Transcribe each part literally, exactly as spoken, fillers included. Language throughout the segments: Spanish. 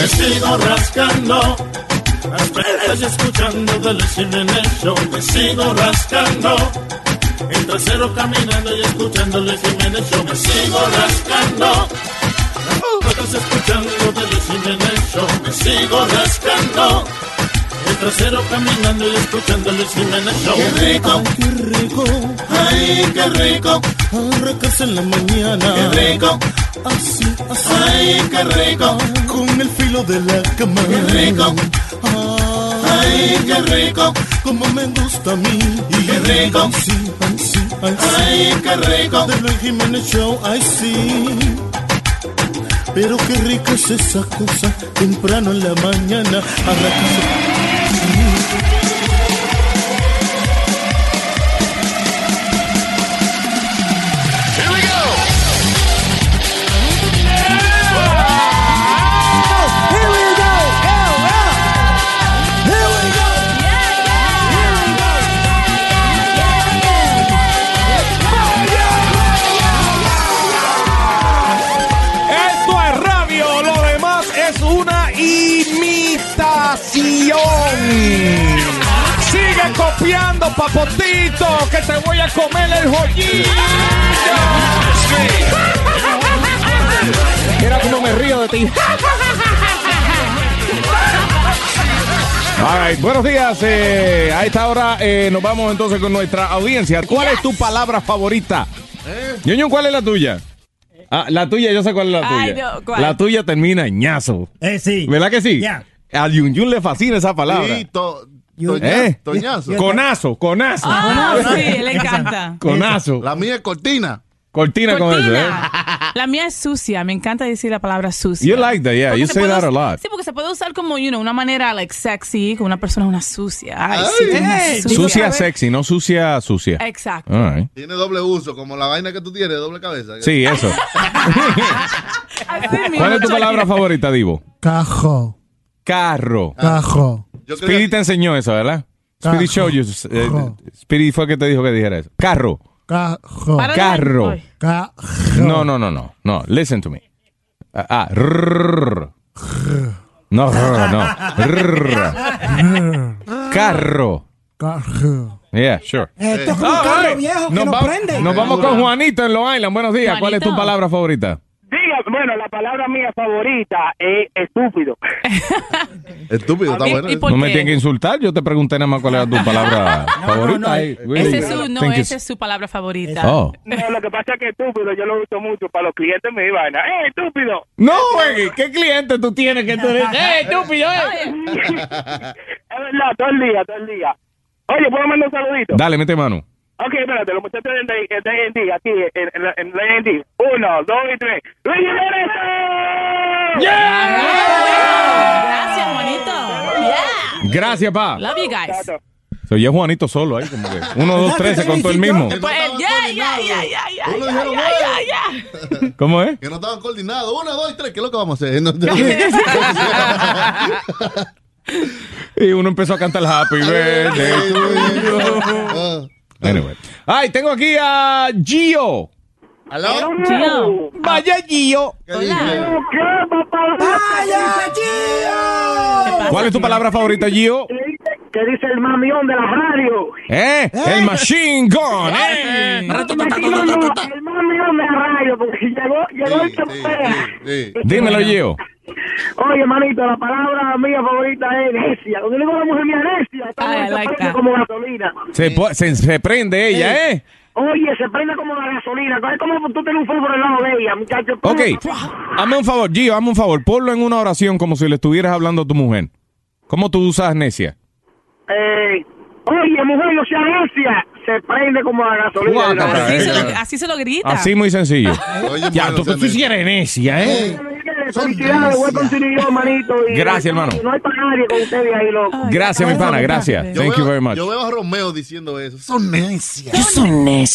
Me sigo rascando. Estoy escuchando The Luis Jiménez Show. Me sigo rascando. El trasero caminando y escuchando Luis Jiménez Show. Me sigo rascando. Estás escuchando The Luis Jiménez Show. Me sigo rascando. El trasero caminando y escuchando Luis Jiménez Show. Qué rico, qué rico, ay, qué rico. Arrancas en la mañana. Qué rico, así, así. Ay, qué rico. Con el filo de la cama. Qué rico, ay, qué rico. Como me gusta a mí. Y qué rico, sí, así, así. Ay, qué rico. The Luis Jiménez Show, ay, sí. Pero qué rica es esa cosa. Temprano en la mañana. Arrancas. Sigue copiando, papotito, que te voy a comer el joyito. Mira cómo me río de ti. All right, buenos días. Eh, a esta hora eh, nos vamos entonces con nuestra audiencia. ¿Cuál es tu palabra favorita? ¿Eh? Ñoño, ¿cuál es la tuya? Ah, la tuya, yo sé cuál es la tuya. Ay, no, ¿cuál? La tuya termina en ñazo. Eh, sí. ¿Verdad que sí? Yeah. A Yun Yun le fascina esa palabra. Sí, to, Yo- ¿Eh? toñazo. Conazo, conazo. Ah, sí, le encanta. Conazo. La mía es cortina. Cortina, con eso, ¿eh? Cortina. La mía es sucia. Me encanta decir la palabra sucia. You like that, yeah. Porque You se say puede that a us- lot. Sí, porque se puede usar como, you know, una manera, like, sexy, como una persona una sucia. Ay, sí, Ay, tú eres una hey, sucia. Sucia sexy, no sucia sucia. Exacto. All right. Tiene doble uso, como la vaina que tú tienes, doble cabeza. Sí, eso. Así mismo, ¿Cuál es tu Shakira. palabra favorita, Divo? Cajo, Carro. cajo. Yo creo Speedy que- te enseñó eso, ¿verdad? Speedy Cajo. showed you. eh, Cajo. Speedy fue que te dijo que dijera eso. Carro. Cajo, Para de- Carro. Ay. cajo. No, no, no, no. No, listen to me. Ah, ah, rrr. No, rrr, no. Rrr. Carro. Cajo. Yeah, sure. Esto es como un Ah, carro ay. viejo que Nos no va- prende. Nos vamos con Juanito en Long Island. Buenos días. ¿Cuál es tu Juanito. palabra favorita? Diga, bueno, la palabra mía favorita es estúpido. Estúpido, está ¿Y- bueno. y por No me qué? tienes que insultar. Yo te pregunté nada más cuál era tu palabra favorita. no, I really Ese es su, no, think esa it's- es su palabra favorita. Oh. No, lo que pasa es que estúpido yo lo uso mucho para los clientes me vaina. ¡Eh, estúpido! No, güey. ¿Qué cliente tú tienes que tú eres? ¡Eh, estúpido! eh! Es verdad, todo el día, todo el día. Oye, ¿puedo mandar un saludito? Dale, mete mano. Ok, espérate, los muchachos de D and D, aquí, en, en, en D and D. Uno, dos y tres. ¡Luis Jiménez! Gracias, Juanito. Yeah. Gracias, pa. Love you guys. Se oye Juanito solo ahí, como que uno, dos, tres, se contó el mismo. Que no Pues, estaban ya, ya, coordinados. ya, ya, ya, Uno ya, dijeron, ya, "Güey". ya, ya. ¿Cómo es? Que no estaban coordinados. Uno, dos y tres. ¿Qué es lo que vamos a hacer? No- Y uno empezó a cantar Happy Birthday to you. Ah. Anyway. Ay, tengo aquí a Gio. ¿Aló? Gio. Vaya Gio. ¿Qué dice? ¿Qué, papá? ¡Vaya, ¿Qué tío! pasa, ¿Cuál es tu Gio? palabra favorita, Gio? ¿Qué dice el mamión de la radio? ¿Eh? El Machine Gun. ¿eh? El mamión de la radio, porque llegó, llegó el Sí, que sí, pega. sí, sí. Dímelo, Gio. Oye, manito, la palabra mía favorita es necia. Cuando yo digo a la mujer mía necia, esta I mujer se like prende that. como gasolina. Se, po- se, se prende ella, ¿eh? Oye, se prende como la gasolina. Es como tú tienes un fuego por el lado de ella, muchacho. Ok. Hazme un favor, Gio, hazme un favor. Ponlo en una oración como si le estuvieras hablando a tu mujer. ¿Cómo tú usas necia? Eh, oye, mujer, no sea necia. Se prende como la gasolina. Guácata, Así eh. se lo, así se lo grita. Así muy sencillo. Oye, Ya, mano, tú, tú se sí eres necia, ¿eh? Felicidades, voy a continuar yo, manito. Y Gracias, no, hermano. No hay para nadie con ustedes ahí, loco. Ay, Gracias, mi ay, pana, ay, gracias. ay. Yo Thank veo- you very much. Yo veo a Romeo diciendo eso. Son necias. That's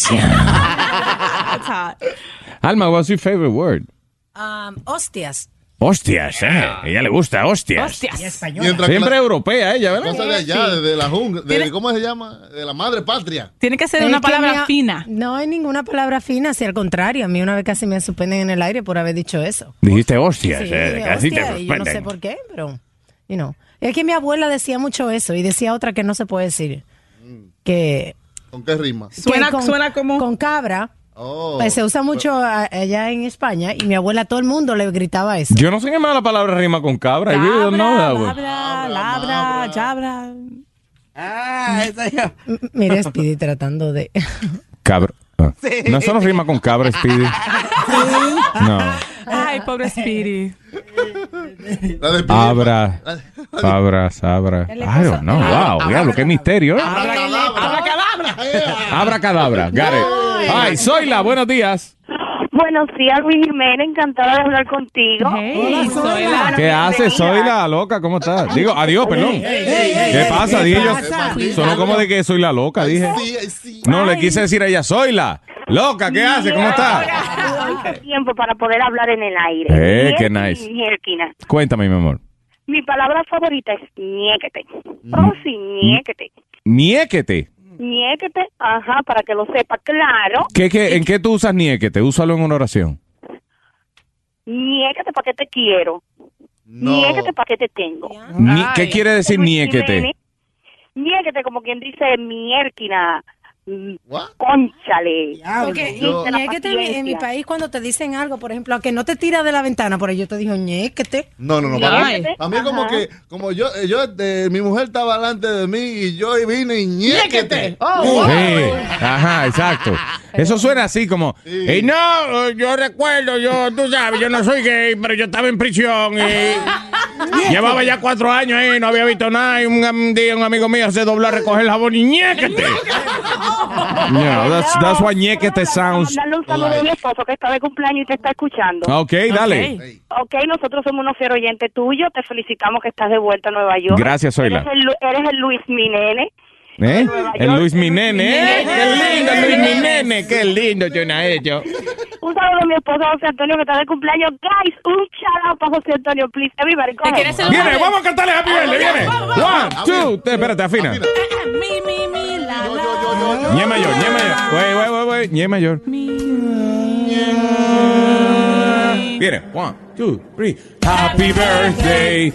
hot. Alma, what's your favorite word? Um, hostias. Hostias, eh. Ella le gusta, hostias. Hostias. Mientras que Siempre la- europea ella, ¿verdad? Cosa de allá, de, de la jungla, de, Tiene- ¿cómo se llama? De la madre patria. Tiene que ser Es una que palabra mi- fina. No hay ninguna palabra fina, si al contrario, a mí una vez casi me suspenden en el aire por haber dicho eso. Dijiste hostias, Sí, eh. Casi hostia, te y yo no sé suspenden. por qué, pero, you know. Es que mi abuela decía mucho eso y decía otra que no se puede decir. Que, ¿Con qué rima? Suena, que con, suena como... con cabra, Oh. pues se usa mucho a- allá en España y mi abuela, todo el mundo le gritaba eso. Yo no sé qué más la palabra rima con cabra. I really don't know that, güey. labra, labra, labra. Ah, esa ya. M- Mira, Speedy tratando de... Cabra. Ah. No, eso no rima con cabra, Speedy. No. Ay, pobre Speedy. La de Abra. La- Abra, sabra. I don't know. Wow, diablo, qué misterio, ¿eh? Abracadabra. Abra cadabra. Got it. Ay, Zoila, buenos días. Buenos días, Luis Jiménez, encantada de hablar contigo. Hey, soy la... ¿Qué haces, Zoila, loca? ¿Cómo estás? Digo, adiós, perdón. ¿Qué pasa? Dije yo. Sonó como de que soy la loca, dije. Sí, sí. No, le quise decir a ella, Zoila. Loca, ¿qué hace? ¿Cómo estás? Mucho tiempo para poder hablar en el aire. Eh, qué Ñequi, nice. ñequina. Cuéntame, mi amor. Mi palabra favorita es ñéquete. Oh, sí, ñéquete. Niéquete. Ñéquete, ajá, para que lo sepa, claro. ¿Qué, qué, ¿En qué tú usas niéquete? Úsalo en una oración. Ñéquete, ¿para qué te quiero? No. Ñéquete, ¿para qué te tengo? Ni- Ay. ¿Qué quiere decir Luis niéquete? Jiménez, ñéquete, como quien dice miérquina. mm, What? Cónchale. Porque Yo- y- ñéquete en, mi- en mi paciencia. país cuando te dicen algo, por ejemplo, a que no te tiras de la ventana, por ahí yo te digo ñéquete. No, no, no. Para mí, Ay. para mí es como que, como yo, eh, yo eh, mi mujer estaba delante de mí y yo vine y ñéquete. Oh, Sí, ajá, exacto. Eso suena así como, "Ey, no, yo recuerdo, yo, tú sabes, yo no soy gay, pero yo estaba en prisión y llevaba ya cuatro años ahí, no había visto nada y un, un día un amigo mío se dobló a recoger el jabón y ñéquete." Yeah, that's, that's what ñéquete sounds. Darle un saludo a mi esposo que está de cumpleaños y te está escuchando. Ok, dale. Ok. Hey, Ok, nosotros somos unos fiel oyentes tuyos. Te felicitamos que estás de vuelta a Nueva York. Gracias, Zoila. Eres el, Lu- eres el Luis Minene. ¿Eh? Nueva El York. Luis mi nene, ¿eh? Qué lindo, Luis mi nene, qué lindo yo no he hecho. Un saludo a mi esposo José Antonio que está de cumpleaños. Guys, un shout out para José Antonio, please. Everybody, go ¿Te ahead. quieres saludar? Viene, vamos a cantarle Happy Birthday, viene. One, two, three, espérate, afina. Afina. Mi, mi, mi, la, Yo, la. yo, yo, yo, yo. Ñe mayor, ñe mayor. Wait, wait, wait, wait. Ñe mayor. Viene. One, two, three. Happy birthday.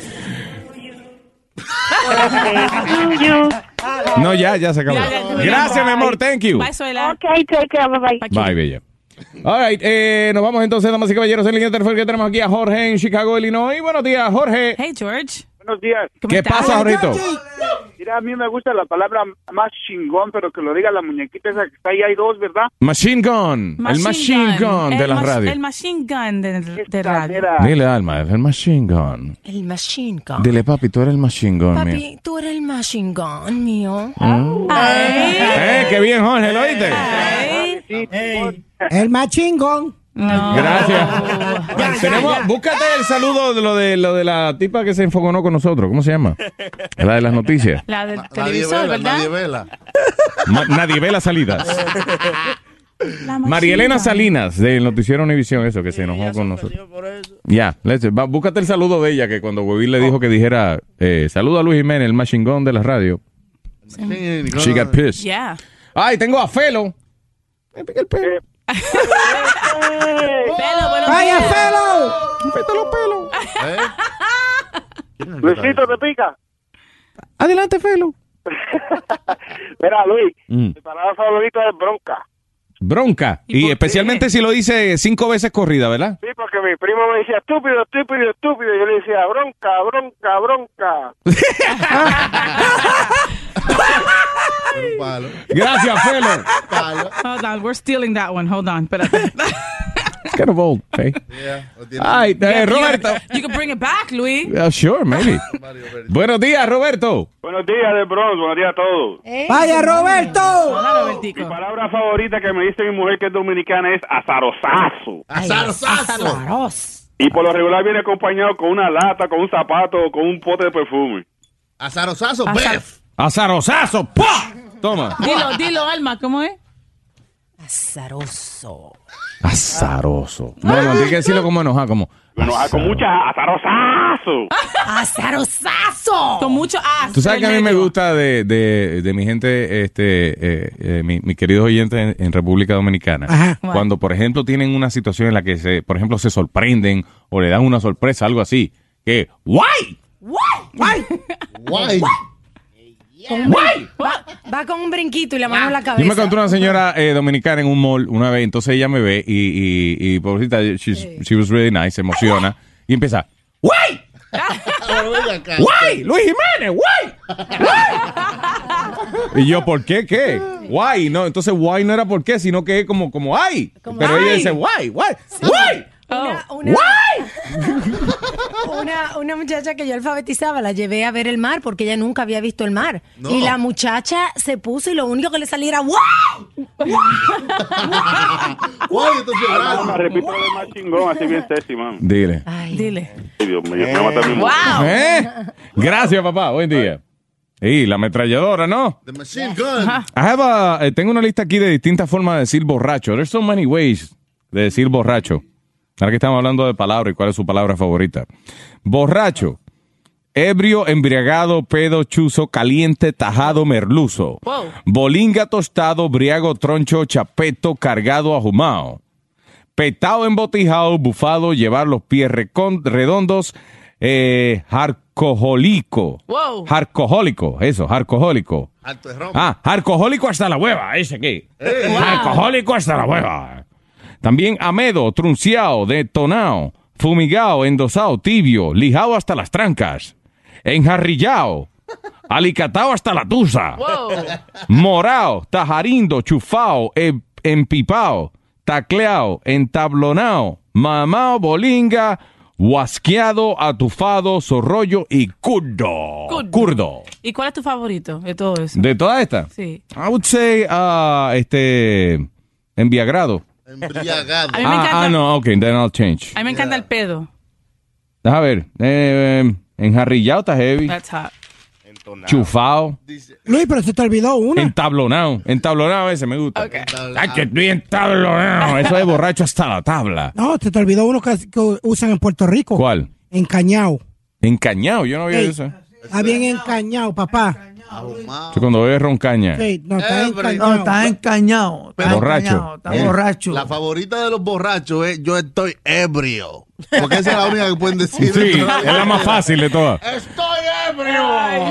To you. No, ya, ya se acabó. Ya, ya, ya. Gracias, mi amor. Thank you. Bye, Zoila. Ok, take care, bye bye. Bye, bella. All right, eh, nos vamos entonces, damas y caballeros, en línea telefónica que tenemos aquí a Jorge en Chicago, Illinois. Buenos días, Jorge. Hey, George. Buenos días. ¿Cómo ¿Qué estás? pasa, Jorgito? Mira, a mí me gusta la palabra más chingón, pero que lo diga la muñequita esa que está ahí. Hay dos, ¿verdad? Machine Gun. el Machine Gun de El la mach- radio. El Machine Gun de, de Esta radio. era- Dile, Alma, es el Machine Gun. El machine gun. Dile, papi, tú eres el Machine Gun, mío. Papi, tú eres el machine gun mío. Ay. Eh, qué bien, Jorge, ¿lo oíste? Ay. El más chingón. No. Gracias. Tenemos, búscate el saludo de lo de lo de la tipa que se enfogonó con nosotros. ¿Cómo se llama? La de las noticias. La del Nadie televisor, vela, ¿verdad? nadie vela. Ma- nadie ve las salidas. La María Elena Machine Gun. Salinas del noticiero Univisión, eso que se enojó con nosotros. Ya, let's- va, búscate el saludo de ella que cuando Huevín le dijo que dijera eh, saludo a Luis Jiménez, el Machine Gun de la radio. Sí, She got pissed. Yeah. Ay, tengo a Felo. Me pica el pelo. Pelo, buenos ¡Vaya, días. Felo! Peta los pelos. ¿Eh? Luisito, ¿te pica? Adelante, Felo. Mira, Luis, Mm. mi palabra favorita es bronca. Bronca. ¿Y Y, por qué? especialmente si lo dice cinco veces corrida, ¿verdad? Sí, porque mi primo me decía estúpido, estúpido, estúpido. Y yo le decía bronca, bronca, bronca. Un palo. Gracias, Felo. Palo. Hold on, we're stealing that one. Hold on, espérate. It's kind of old, okay? Yeah, lo tiene Ay, eh, Roberto. You can bring it back, Luis. Yeah, sure, maybe. Mario Verde. Buenos días, Roberto. Buenos días, de Bronx. Buenos días a todos. ¡Vaya, Roberto! Hola, Mi Robertico. palabra favorita que me dice mi mujer que es dominicana es azarosazo. Azarosazo. Azaroz. Y por lo regular viene acompañado con una lata, con un zapato o con un pote de perfume. Azarosazo, Azar- bef. Azarosazo. ¡Pah! Toma. Dilo, dilo, Alma, ¿cómo es? Azaroso. Azaroso. No, no, tiene que decirlo como enojado, como... Enojado con mucha azarosazo. ¡Azarosazo! Con mucho as. Tú sabes que a mí en me medio. gusta de, de, de mi gente, este, eh, eh, mi- mis queridos oyentes en, en República Dominicana, Ajá. cuando, por ejemplo, tienen una situación en la que, se, por ejemplo, se sorprenden o le dan una sorpresa, algo así, que, ¡guay! Guay. Va, va con un brinquito y la mano en la cabeza. Yo me encontré una señora eh, dominicana en un mall una vez, entonces ella me ve y, y, y pobrecita, she's- she was really nice, se emociona y empieza, ¡guay! ¡Guay! ¡Luis Jiménez! ¡Guay! ¡Guay! Y yo, ¿por qué? ¿Qué? ¡Guay! No, entonces guay no era por qué, sino que es como, como ¡ay! Como Pero ella ay. dice, ¡guay! ¡Guay! ¡Guay! Una, una, una, una muchacha que yo alfabetizaba, la llevé a ver el mar porque ella nunca había visto el mar. No. Y la muchacha se puso y lo único que le salía era ¡wow! Guay, entonces Me llorando. repito lo más chingón, así bien sexy, man. Dile. Ay, Dile. Ay, Dios mío, me va a matar mi mujer. Wow. ¿Eh? Gracias, papá. Buen día. Y la ametralladora, ¿no? The machine gun. I have a- eh, tengo una lista aquí de distintas formas de decir borracho. There's so many ways de decir borracho. Ahora que estamos hablando de palabras y cuál es su palabra favorita. Borracho. Ebrio, embriagado, pedo, chuzo, caliente, tajado, merluzo. Wow. Bolinga, tostado, briago, troncho, chapeto, cargado, ahumado. Petao, embotijado, bufado, llevar los pies recon- redondos, eh, jarcojólico. Wow. Jarcojólico, eso, jarcojólico. Alto de ron. Ah, alcohólico hasta la hueva, ese aquí. Alcohólico hasta la hueva. También amedo, trunciado, detonado, fumigado, endosado, tibio, lijado hasta las trancas, enjarrillado, alicatado hasta la tusa, Wow. morao, tajarindo, chufao, em- empipao, tacleado, entablonado, mamao, bolinga, huasqueado, atufado, zorrollo y curdo. Curdo. Curdo. ¿Y cuál es tu favorito de todo eso? De todas estas. Sí. I would say, uh, este, enviagrado. Embriagado. A mí me Ah, encanta. ah, no, ok, then I'll change. A mí me encanta el pedo. Deja ver. Eh, enjarrillado está heavy. That's hot. Chufado. Luis, pero se te olvidó una. Entablonado. Entablonado ese me gusta. Okay. Ay, que estoy entablonado. Eso es borracho hasta la tabla. No, se te olvidó uno que, que usan en Puerto Rico. ¿Cuál? Encañado. Encañado. Yo no había Ey. eso. Ah, bien encañado, papá. Ahumado. Yo cuando bebes roncaña. Sí, no, está Eh, encañado. No, está encañado. Está Borracho. encañado, Está Eh, borracho. La favorita de los borrachos es yo estoy ebrio. Porque esa es la única que pueden decir. Sí, es la más fácil de todas. ¡Estoy ebrio!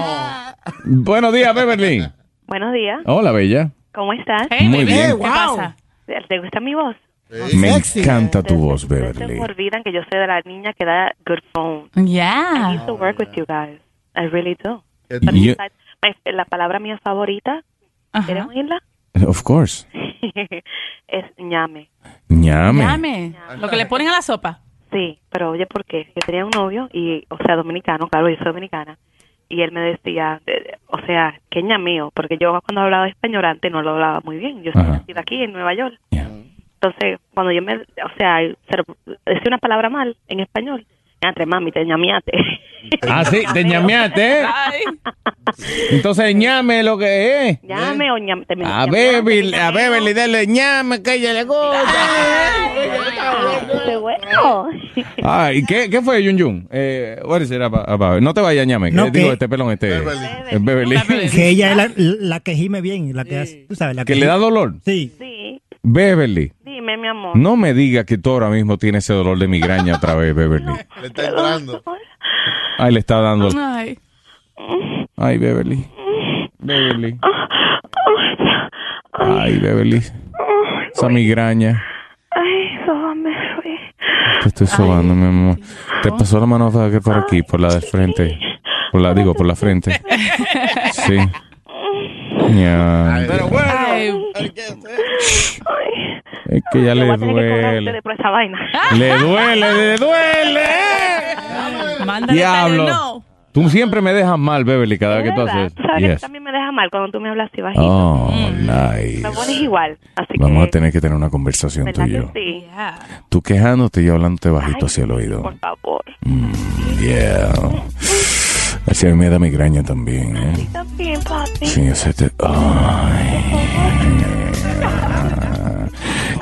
Buenos días, Beverly. Buenos días, Hola, bella. ¿cómo estás? Hey, Muy baby, bien. ¿Qué Wow. pasa? ¿Te gusta mi voz? Me Sexy. encanta tu voz, Ustedes Beverly. se olvidan que yo soy de la niña que da good phone. I Yeah. used to work with you guys. I really do. ¿Qué But Y yo- besides, my- la palabra mía favorita, ¿quieren Ajá. oírla? Of course. Es ñame. Ñame. Llame. Lo que le ponen a la sopa. Sí, pero oye, ¿por qué? Yo tenía un novio, y, o sea, dominicano, claro, yo soy dominicana, y él me decía, de- de- o sea, que ñameo, porque yo cuando hablaba español antes no lo hablaba muy bien. Yo soy Ajá. nacida aquí en Nueva York. Yeah. Entonces, cuando yo me, o sea, se lo- decía una palabra mal en español, entre mami, te ñameaste. Ah, sí, te ñameaste, ¿eh? Ay. Entonces ñame lo que es. Ñame o ñame. te me- A ñameaste, Beverly, a ñameo. Beverly, dale ñame que ella le gusta. Qué bueno. Ay, ¿qué, ¿qué fue, Yun Yun? Eh, what is it about- about- No te vayas, ñame. No, que, digo, que- este pelón, este. Beverly. eh, Beverly. Que ella es la, la que gime bien, la que hace, tú sabes, la que le da dolor. Sí. Sí, Beverly, dime, mi amor. no me diga que tú ahora mismo tienes ese dolor de migraña otra vez, Beverly. Le está entrando. Ay, le está dando. Ay. Ay, Beverly. Beverly. Ay, Beverly. Esa migraña. Ay, sóbame, fui. Te estoy sobando, mi amor. Te pasó la mano por aquí, por aquí, por la de frente. Por la, digo, por la frente. Sí. Ya. Pero bueno. Ay. Es que ya Le le voy a tener que cobrar a duele. ustedes por esa vaina. Le duele, le duele. Mándale Diablo. no. Tú siempre me dejas mal, Beverly, cada vez que tú ¿Verdad? haces. Tú sabes que Yes. también me deja mal cuando tú me hablas así bajito. Oh, nice. Me pones igual. Así Vamos que, a tener que tener una conversación tú ¿verdad y que yo. sí? Yeah. Tú quejándote y yo hablándote bajito Ay, hacia el oído. Por favor. Yeah. Así a mí me da migraña también, ¿eh? También, papi. Sí, ese te... Ay.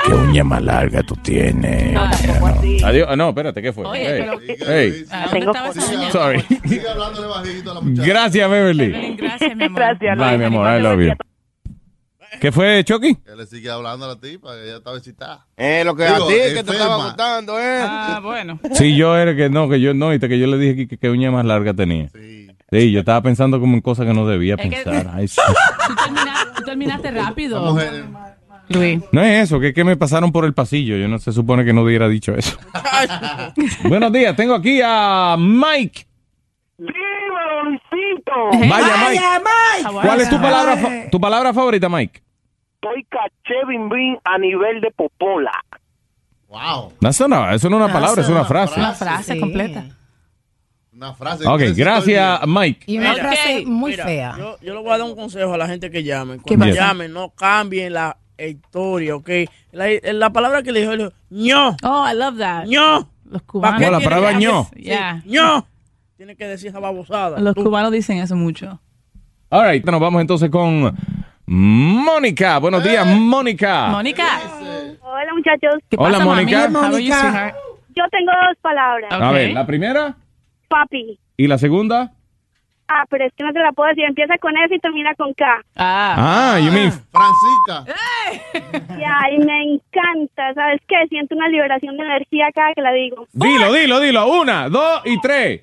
qué uña más larga tú tienes. No, tampoco Ya, no. así. Adiós. Ah, no, espérate, ¿qué fue? Oye, Hey, pero- hey. ¿A dónde Tengo estaba esa fotos. uña? Sorry. Sigue hablándole bajito a la muchacha. Gracias, Beverly. Evelyn, gracias, mi amor. Gracias, Bye, Luis. mi amor. I love you. ¿Qué fue, Chucky? Que le sigue hablando a la tipa, que ella estaba excitada. Eh, lo que Digo, a ti que te enferma. estaba gustando, eh. Ah, bueno. Sí, yo era que no, que yo no, y que yo le dije que, que uña más larga tenía. Sí. Sí, yo estaba pensando como en cosas que no debía Es que- pensar. Ay, sí. Tú terminaste, tú terminaste rápido. La mujer. Luis. No es eso, que es que me pasaron por el pasillo. Yo no se supone que no hubiera dicho eso. Buenos días, tengo aquí a Mike. ¡Dímelo, Luisito! Vaya, Mike. ¿Cuál es tu palabra, fa- tu palabra favorita, Mike? Estoy caché bim bim a nivel de popola. Wow. No, eso no, eso no es una palabra, es una frase. Una frase Sí. completa. Una frase. Ok, que estoy gracias, bien. Mike. Y una Mira, frase ok, muy Mira, fea. Yo, yo le voy a dar un consejo a la gente que llame. ¿Qué Cuando pasa? llamen, no cambien la historia, ¿ok? La, la palabra que le dijo, le dijo, ño, Oh, I love that. ño, Los ¿Para cubanos. qué No, la tiene palabra que- ño. Sí, Yeah. ño. Tiene que decir esa babosada. Los Tú- cubanos dicen eso mucho. All right, nos vamos entonces con Mónica. Buenos días, Mónica. Mónica. Hola, muchachos. ¿Qué Hola, pasa, Mónica. mami? How are you, sweetheart? Yo tengo dos palabras. Ok. A ver, la primera Papi. y la segunda. Ah, pero es que no te la puedo decir. Empieza con S y termina con K. Ah. Ah, you mean Francisca. Ya, y me encanta. ¿Sabes qué? Siento una liberación de energía cada que la digo. Dilo, dilo, dilo. Una, dos y tres.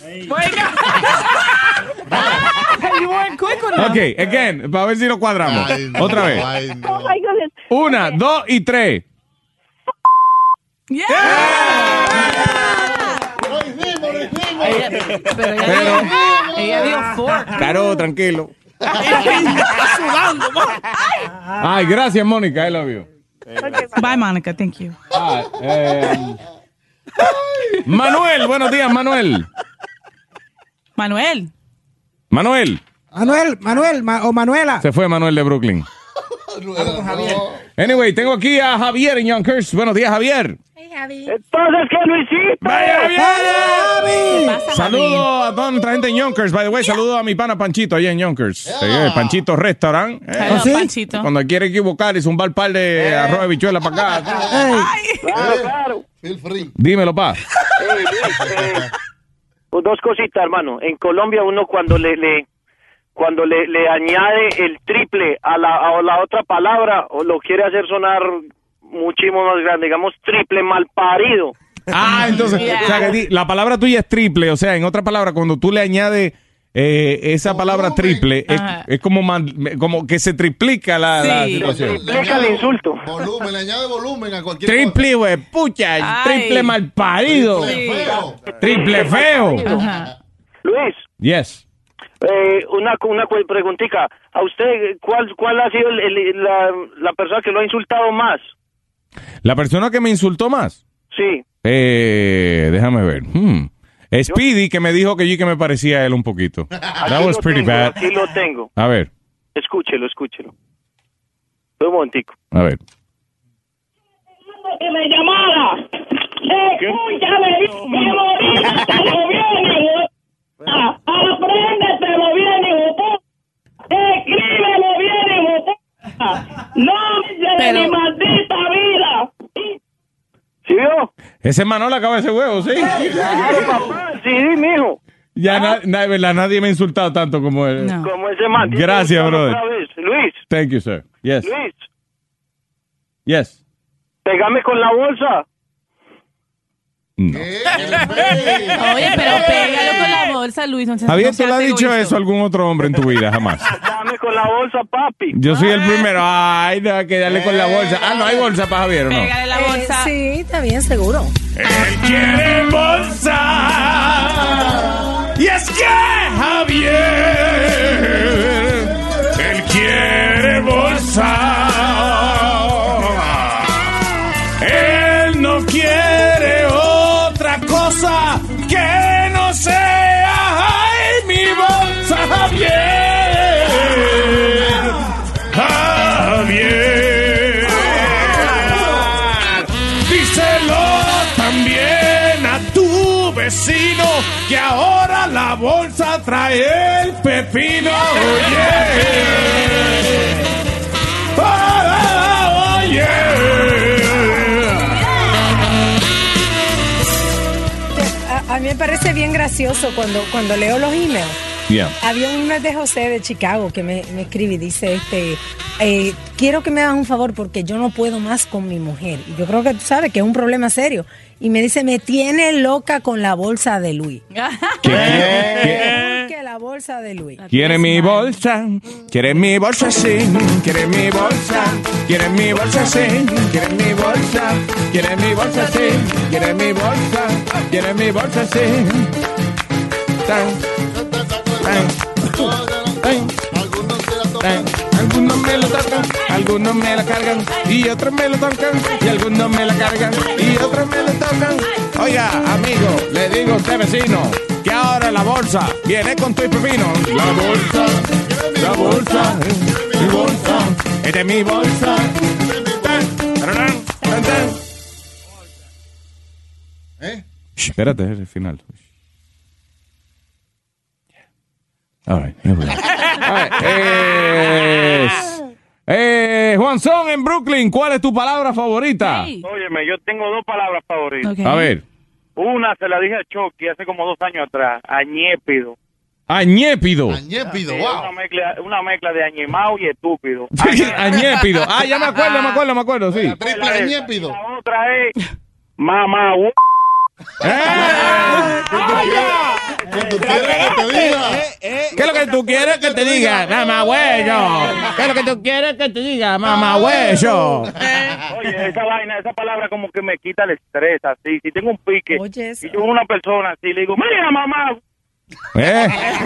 You weren't quick enough. Ok, again, para ver si lo cuadramos. Ay, no, Otra vez. ay, no. Oh my goodness. Una, dos y tres. Yeah. Lo hicimos, lo hicimos. Ella- pero ella, Pero- dio, ella dio fork. Caro, tranquilo. sudando, ma. Ay, gracias, Mónica. I love you. Bye, Monica. Thank you. Ah, eh, Manuel, buenos días, Manuel. Manuel. Manuel. Manuel, Manuel ma- o Manuela. Se fue Manuel de Brooklyn. Anyway, tengo aquí a Javier en Yonkers. Buenos días, Javier. Entonces, ¿qué, Luisito? ¡Vaya, ¿Qué pasa, Saludos a toda nuestra gente en Yonkers. By the way, saludos a mi pana Panchito allá en Yonkers. Sí, el Panchito Restaurant. Eh, Javier? Hello, ¿sí? Panchito. Cuando quiere equivocar y zumbar un par de arroz de bichuela para acá. Claro, claro. Feel free. Dímelo, pa. Eh, Luis, eh, pues dos cositas, hermano. En Colombia uno cuando le, le cuando le, le añade el triple a la, a la otra palabra o lo quiere hacer sonar muchísimo más grande, digamos triple malparido. Ah, entonces, Yeah. o sea, que di- la palabra tuya es triple. O sea, en otra palabra, cuando tú le añades eh, esa palabra triple, es, Ajá. es como, man- como que se triplica la, la Sí. situación. Explica el insulto. Volumen, le añade volumen a cualquier Triple, güey, pucha, Ay. triple malparido. cosa. Triple feo. Triple feo. Ajá. Luis, Yes. eh, una una cu- preguntita. ¿A usted cuál cuál ha sido el- el- la, la persona que lo ha insultado más? La persona que me insultó más. Sí. Eh, déjame ver. Hmm. Speedy, que me dijo que yo que me parecía a él un poquito. That Aquí was lo pretty tengo, bad. Aquí lo tengo. A ver, Escúchelo, escúchelo. Un momentico. a ver. Que me llamara. Escúchame, que morir, te lo viene. Apréndetelo bien, hijo puta. Escríbelo bien, hijo puta. No de Pero- mi maldita vida. ¿Sí vio? Ese Manolo acaba ese huevo, ¿sí? Claro, papá. Sí, mijo. Ya na- na- de verdad, nadie me ha insultado tanto como él. No. Como ese man. Gracias, brother. Otra vez. Luis, Thank you, sir. Yes. Luis, Yes. pégame con la bolsa. No. ¿Qué? Oye, pero pégalo con la bolsa, Luis. No seas- Javier, no ¿tú seas le has dicho egoísta. eso a algún otro hombre en tu vida? Jamás. Dame con la bolsa, papi. Yo soy el primero. Ay, no, hay que darle con la bolsa. Ah, no hay bolsa para Javier, ¿o no? Pégale la Eh, bolsa. sí, está bien, seguro. Él quiere bolsa. Y es que Javier, él quiere bolsa. Él no quiere otra cosa que no sea ay, mi bolsa, Javier. Javier. Díselo también a tu vecino que ahora la bolsa trae el pepino. Oye. Oh, yeah. A mí me parece bien gracioso cuando, cuando leo los emails. Yeah. Había un email de José de Chicago que me, me escribe y dice, este, eh, quiero que me hagas un favor porque yo no puedo más con mi mujer. Y yo creo que tú sabes que es un problema serio. Y me dice, me tiene loca con la bolsa de Luis. Que la bolsa de Luis. Quiere mi bolsa, quiere mi bolsa, sí. Quiere mi bolsa, quiere mi bolsa, sí. Quiere mi bolsa, quiere mi bolsa, sí. Quiere mi bolsa, quiere mi bolsa, sí. Algunos me lo tocan, algunos me la cargan y otros me lo tocan y algunos me la cargan y otros me lo tocan. Oiga, amigo, le digo a usted vecino que ahora la bolsa viene con tu pepino. La bolsa, la bolsa, mi bolsa, es de mi bolsa. ¿Eh? Shh, espérate, es el final. All right, here we go. All right, eh, eh, Juanzón en Brooklyn, ¿cuál es tu palabra favorita? Hey. Óyeme, yo tengo dos palabras favoritas. Okay. A ver. Una se la dije a Chucky hace como dos años atrás, añépido. Añépido. Añépido, Sí, wow. Una mezcla, una mezcla de añemao y estúpido. Añépido. Ah, ya me acuerdo, me acuerdo, me acuerdo, sí. Triple añépido. La otra es mamá. ¿Qué tú quieres que te diga? ¿Qué es lo que tú quieres que te diga, mamá hueso? ¿Qué es lo que tú quieres que te diga, mamá hueso? Oye, esa vaina, esa palabra como que me quita el estrés, así. Si tengo un pique Oye, y yo una persona así, le digo, mira, mamá. ¿Eh?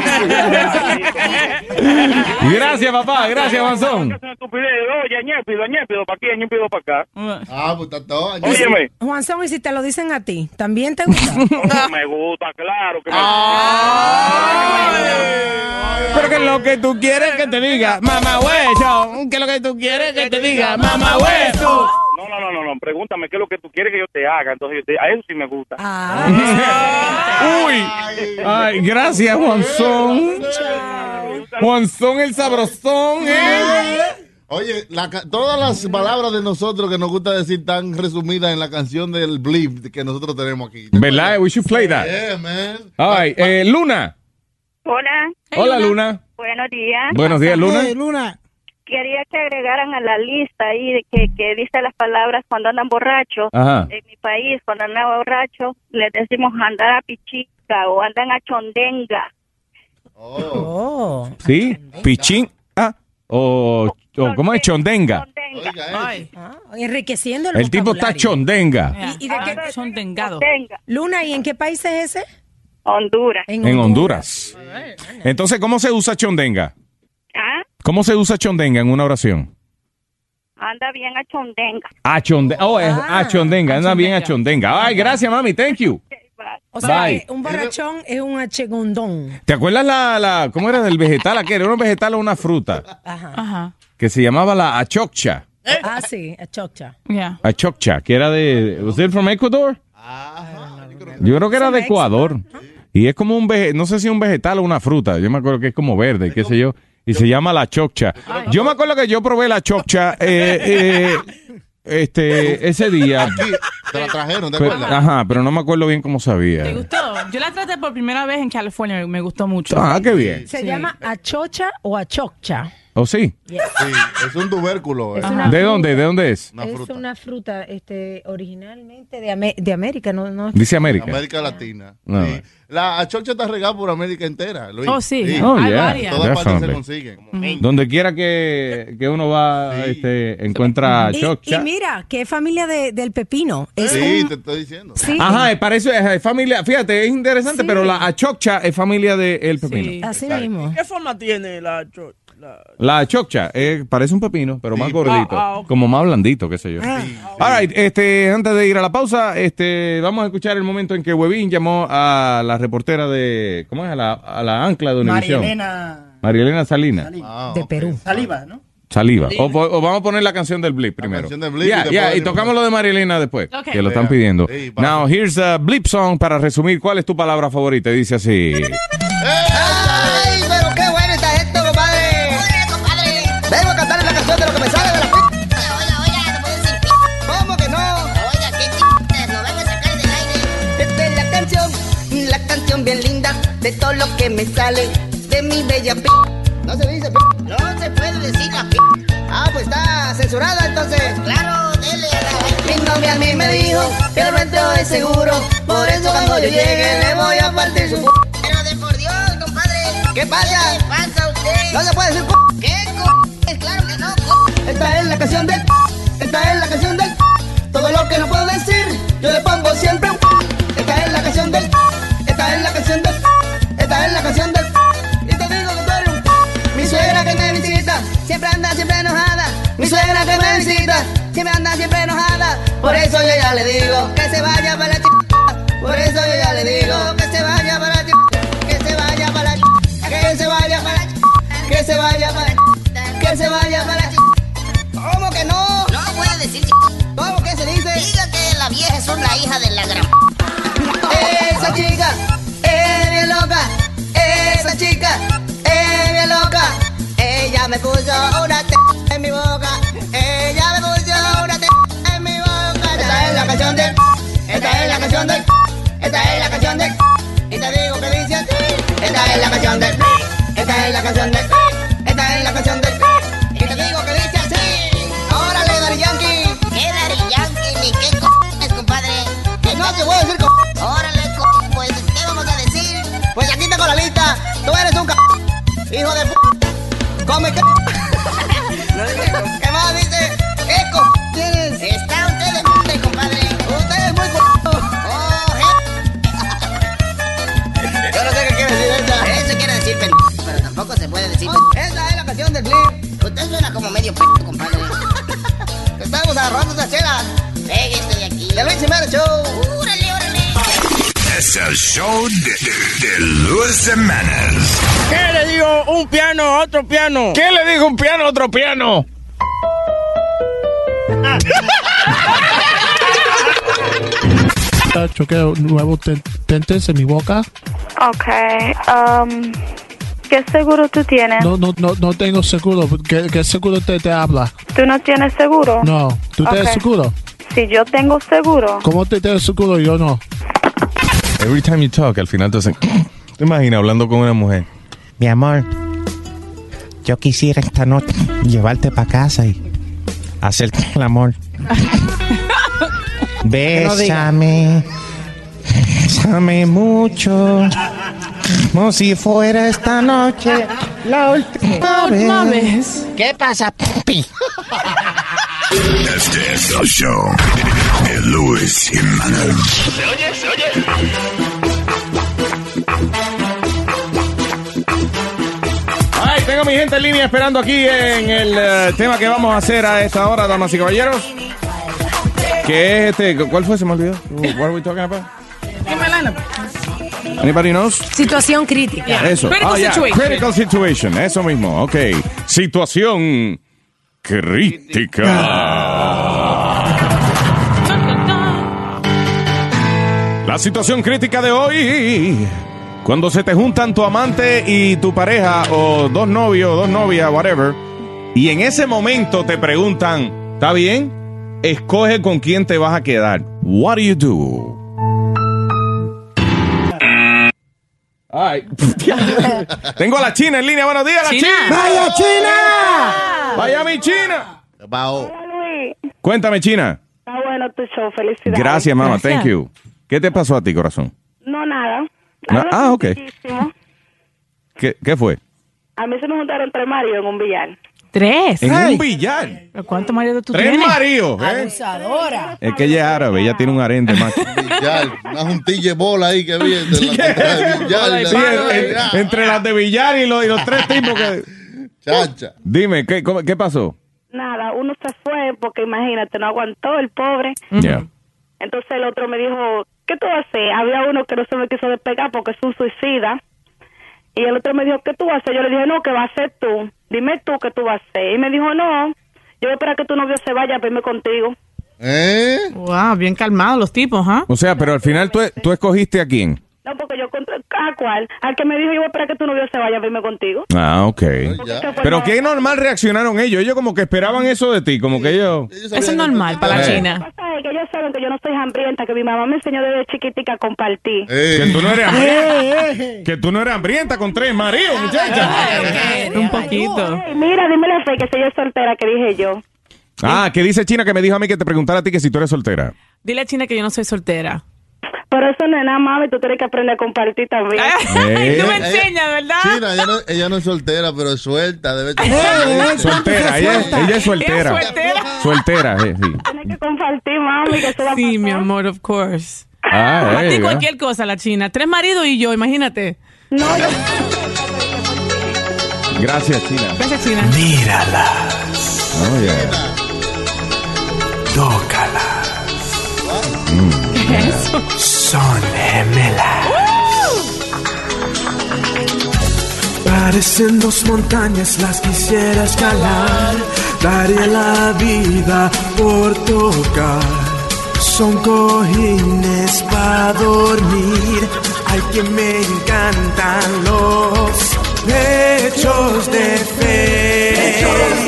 Gracias, papá. Gracias, Manzón. Oye, añépido, añépido para aquí, añépido para acá. Ah, pues está todo. Óyeme. Juanzón, y si te lo dicen a ti, ¿también te gusta? No me gusta, claro que me gusta. Pero que es lo que tú quieres que te diga, mamá hueso. ¿Qué es lo que tú quieres que te diga, mamá hueso? No, no, no, no, no, pregúntame qué es lo que tú quieres que yo te haga. Entonces, yo te, a eso sí me gusta. Ah. Uy. Ay, gracias, Juanzón. Juanzón el sabrosón, ¿eh? Oye, la, todas las palabras de nosotros que nos gusta decir están resumidas en la canción del Bleep que nosotros tenemos aquí. ¿Verdad? We should play that. Yeah, man. Ay, eh, Luna. Hola. Hola, Luna. Buenos días. Buenos días, Luna. Hey, Luna. Quería que agregaran a la lista ahí de que, que dice las palabras cuando andan borrachos. Ajá. En mi país, cuando andan borrachos, les decimos andar a pichica o andan a chondenga. Oh. ¿Sí? Pichín. Ah. O, o ¿cómo es? Chondenga. Ay. Ah, enriqueciendo el El tipo está chondenga. ¿Y, y de qué? Chondengado. Luna, ¿y en qué país es ese? Honduras. En En Honduras. Entonces, ¿cómo se usa chondenga? ¿Ah? ¿Cómo se usa chondenga en una oración? Anda bien a chondenga. A chondenga. Oh, es a chondenga. Anda bien a chondenga. Ay, gracias, mami. Thank you. O sea, Bye. que un borrachón es un achegondón. ¿Te acuerdas la, la cómo era del vegetal? ¿A qué era? ¿Era un vegetal o una fruta? Ajá. Ajá. Que se llamaba la achoccha. Ah, sí, achoccha. Yeah. Achoccha, que era de... ¿Was it from Ecuador? Yo creo que era de Ecuador. Y es como un vegetal, no sé si un vegetal o una fruta. Yo me acuerdo que es como verde, qué sé yo. Y se llama la choccha. Yo me acuerdo que yo probé la choccha eh, eh, este, ese día. Aquí, te la trajeron, ¿te Pero- acuerdas? ajá, pero no me acuerdo bien cómo sabía. ¿Te gustó? Yo la traté por primera vez en California. Me, me gustó mucho. Ah, qué bien. ¿Se Sí. llama achocha o achoccha? ¿O sí? Sí, es un tubérculo. Es eh. una ¿De fruta. dónde? ¿De dónde es? Una es fruta. una fruta este, originalmente de, Ame- de América. No, no, Dice América. América Latina. No. Sí. La achocha está regada por América entera, Luis. Oh, sí. Oh, Hay yeah. varias. En todas partes se Definitely. consiguen. Donde quiera que, que uno va, Sí. este, encuentra Y, y choccha. mira, que es familia de, del pepino. Es Sí, un- te estoy diciendo. sí, Ajá, para eso es, es familia, fíjate, es interesante, Sí. pero la achoccha es familia del pepino. Sí. así Exacto. mismo. ¿Qué forma tiene la... cho- la... La achoccha eh, parece un pepino, pero más Sí. gordito, Ah, ah, ok. como más blandito, qué sé yo. Sí, All right, este, antes de ir a la pausa, este, vamos a escuchar el momento en que Huevín llamó a la reportera de, ¿cómo es? A la, a la ancla de Univisión. María Elena María Elena Salina. Ah, De ok. Perú. Saliva, ¿no? Saliva. O, o vamos a poner la canción del Blip primero. canción del Blip Ya, y después ya, y venimos. tocamos lo de María Elena después, Ok. que lo están Yeah. pidiendo. Sí, pasa. Now, here's a Blip song para resumir. ¿Cuál es tu palabra favorita? Dice así. ¡Ay, pero qué bueno está esto, compadre! compadre! Vengo a cantarle la canción de lo que me sale de la p... Oiga, oiga, no puedo decir p... ¿Cómo que no? Oiga, qué ch... no venga a sacar del aire. Esta es la canción la canción bien linda de todo lo que me sale de mi bella p. No se dice p. No se puede decir la p. Ah, pues está censurada entonces. Claro, dele a la... Mi novia a mí me dijo que el renteo es seguro. Por eso cuando yo llegue le voy a partir su p. Pero de por Dios, compadre. ¿Qué pasa? ¿Qué pasa a usted? No se puede decir p. ¿Qué c? Claro que no, c. Esta es la canción del p. Esta es la canción del p. Todo lo que no puedo decir, yo le pongo siempre un p. Esta es la canción del p. Esta es la canción del p. Esta es la canción del p. Y te digo que tú eres un p. Mi suegra que me visita, siempre anda siempre enojada. Mi suegra que me visita, siempre anda siempre enojada. Por eso yo ya le digo que se vaya para la ch... Por eso yo ya le digo que se vaya para la ch... Que se vaya para la ch... Que se vaya para la ch... Que se vaya para la ch... Que se vaya para la ch... ¿Cómo que no? No puede decir ch... ¿Cómo que se dice? Diga que la vieja es una hija de la gran... Esa chica es bien loca. Esa chica es bien loca. Ella me puso una t en mi boca. Ella me puso una t en mi boca. Esta es la canción del... Esta es la canción del... Esta es la canción del... Y te digo que dice así. Esta es la canción del... Esta es la canción del... Esta es la canción del... Y te digo que dice así. Órale, Daddy Yankee. ¿Qué Daddy Yankee ni qué c... es, compadre? Que no te voy a decir c... Órale, c... pues, ¿qué vamos a decir? Pues aquí tengo la lista. Tú eres un c... hijo de p... Come c... ¿Qué más dice? ¿Qué c... tienes? Está usted de p... compadre. Usted es muy c... Oh, Yo no sé qué quiere decir esta. Eso quiere decir p... pero tampoco se puede decir p... Esa es la canción del Blip. Usted suena como medio p... compadre. Estamos agarrando esa chela. Pégate de aquí. The Luis Jiménez Show. ¡Órale, órale! Es el show de, de, de Luis Jiménez. ¿Qué le digo un piano a otro piano? ¿Qué le digo un piano a otro piano? Choqueo nuevos dentes en mi boca. Ok. Um, ¿Qué seguro tú tienes? No, no, no, no tengo seguro. ¿Qué, qué seguro te, te habla? ¿Tú no tienes seguro? No. ¿Tú Okay. tienes seguro? Si yo tengo seguro. ¿Cómo te tienes seguro? Yo no. Every time you talk, al final te hacen... ¿Te imaginas hablando con una mujer? Mi amor, yo quisiera esta noche llevarte para casa y hacer el amor. Bésame, bésame mucho, como si fuera esta noche la última Última vez. vez. ¿Qué pasa, papi? Este es el show de Luis Jiménez. ¿Se oye? ¿Se oye? Ay, tengo mi gente en línea esperando aquí en el uh, tema que vamos a hacer a esta hora, damas y caballeros. ¿Qué es este? ¿Cuál fue? Se me olvidó. What are we talking about? Anybody knows? Situación crítica. Eso. Critical Ah, yeah. situation. Critical situation. Eso mismo. Ok. Situación crítica. La situación crítica de hoy. Cuando se te juntan tu amante y tu pareja, o dos novios, dos novias, whatever, y en ese momento te preguntan, ¿está bien? Escoge con quién te vas a quedar. What do you do? Ay. Tengo a la China en línea. Buenos días, la China. China. ¡Vaya, China! ¡Vaya, mi China! Bao. Luis. Cuéntame, China. Está bueno tu show. Felicidades. Gracias, mamá. Gracias. Thank you. ¿Qué te pasó a ti, corazón? No, nada. Ah, Algo ah, ok. sencillísimo. ¿Qué, qué fue? A mí se me juntaron tres maridos en un billar. Tres. En Hey. un billar. ¿Pero cuántos maridos tú Tres tienes? maridos, ¿eh? Abusadora. Es que ella es árabe, ella tiene un harén de macho. Billar, una juntilla de bola ahí que viene de la contra de billar y la Sí, contra de en- billar. entre las de billar y los, y los tres tipos que... Chacha. Dime, ¿qué, cómo- qué pasó? Nada, uno se fue porque imagínate, no aguantó el pobre. Ya. Entonces el otro me dijo, ¿qué tú vas a hacer? Había uno que no se me quiso despegar porque es un suicida. Y el otro me dijo, ¿qué tú vas a hacer? Yo le dije, no, ¿qué vas a hacer tú? Dime tú qué tú vas a hacer. Y me dijo, no, yo voy a esperar que tu novio se vaya para irme contigo. ¿Eh? Wow, bien calmados los tipos, ¿ah? O sea, pero al final tú, tú escogiste a quién. No, porque yo ¿Contra- ¿A cuál? Al que me dijo, yo voy a esperar que tu novio se vaya a verme contigo. Ah, ok. Ya. Pero qué normal reaccionaron ellos. Ellos como que esperaban eso de ti, como que ellos... Eso es normal para la Eh. China. Lo que pasa es que ellos saben que yo no soy hambrienta, que mi mamá me enseñó desde chiquitica a compartir. Que tú no eres hambrienta. Que tú no eres hambrienta con tres maridos, muchacha. Un poquito. Ey, mira, dime a Fe que si ella es soltera, que dije yo. Ah, ¿qué dice China que me dijo a mí que te preguntara a ti que si tú eres soltera? Dile a China que yo no soy soltera. Pero eso no es nada, mami, tú tienes que aprender a compartir también. Eh. Tú me enseñas, ¿verdad? China, ella no, ella no es soltera, pero es suelta. Debe Soltera, ella, ella es soltera. Ella es soltera. Soltera, eh, sí. Tienes que compartir, mami, que eso va a Sí, mi amor, of course. Ah, A eh, ti ya. cualquier cosa, la China. Tres maridos y yo, imagínate. No, yo... Gracias, China. Gracias, China. Míralas, Oh, yeah. tócalas. ¿Qué es eso? Son gemelas. Parecen dos montañas, las quisiera escalar. Daría la vida por tocar. Son cojines para dormir. Ay, que me encantan los pechos de fe.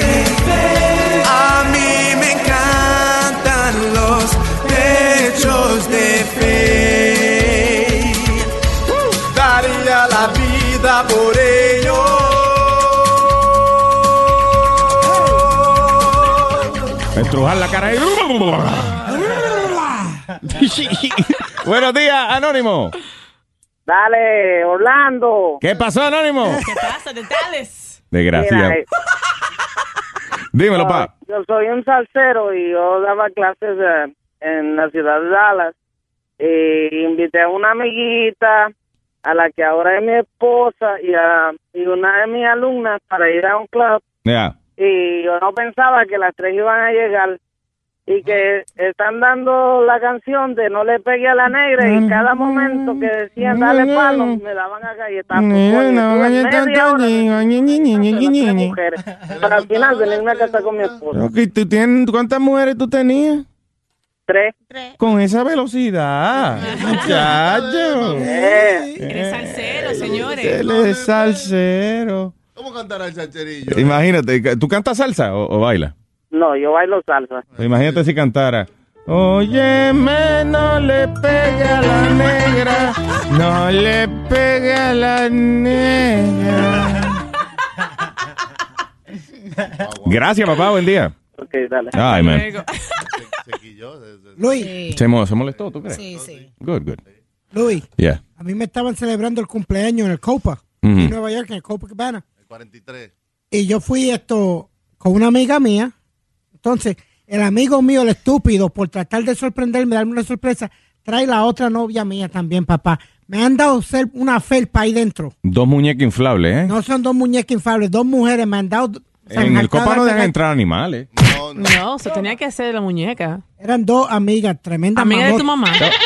A mí me encantan los pechos de fe. Daría la vida por ellos. Estrujar la cara ahí. Buenos días, Anónimo. Dale, Orlando. ¿Qué pasó, Anónimo? ¿Qué pasa? De Dallas. Desgraciado. Mira, eh, Dímelo, no, pa. Yo soy un salsero y yo daba clases eh, en la ciudad de Dallas. Y invité a una amiguita, a la que ahora es mi esposa, y a y una de mis alumnas para ir a un club. Ya. Y yo no pensaba que las tres iban a llegar. Y que están dando la canción de No le pegue a la negra, y cada momento que decían dale palo, me daban a galletas. Mujeres. Pero al final venirme a casar con mi esposa. Ok, ¿tú tienes, ¿cuántas mujeres tú tenías? Tres. Con esa velocidad, muchacho. Eh. Eres salsero, señores. Él es salsero. ¿Cómo cantará el chacherillo? Imagínate, ¿tú cantas salsa o, o bailas? No, yo bailo salsa. Imagínate si cantara. Óyeme, no le pegue a la negra, no le pegue a la negra. Gracias, papá, buen día. Ok, dale. Ay, man. Luis. ¿Se, mo- se molestó, tú crees? Sí, sí. Good, good. Luis, Yeah. a mí me estaban celebrando el cumpleaños en el Copa, Ujú. en Nueva York, en el Copacabana. El cuarenta y tres. Y yo fui esto con una amiga mía. Entonces, el amigo mío, el estúpido, por tratar de sorprenderme, darme una sorpresa, trae la otra novia mía también, papá. Me han dado ser una felpa ahí dentro. Dos muñecas inflables, ¿eh? No son dos muñecas infables, dos mujeres me han dado. En el Copa no dejan de entrar animales. No, se tenía que hacer la muñeca. Eran dos amigas, tremendas Amiga de tu mamotas. mamá.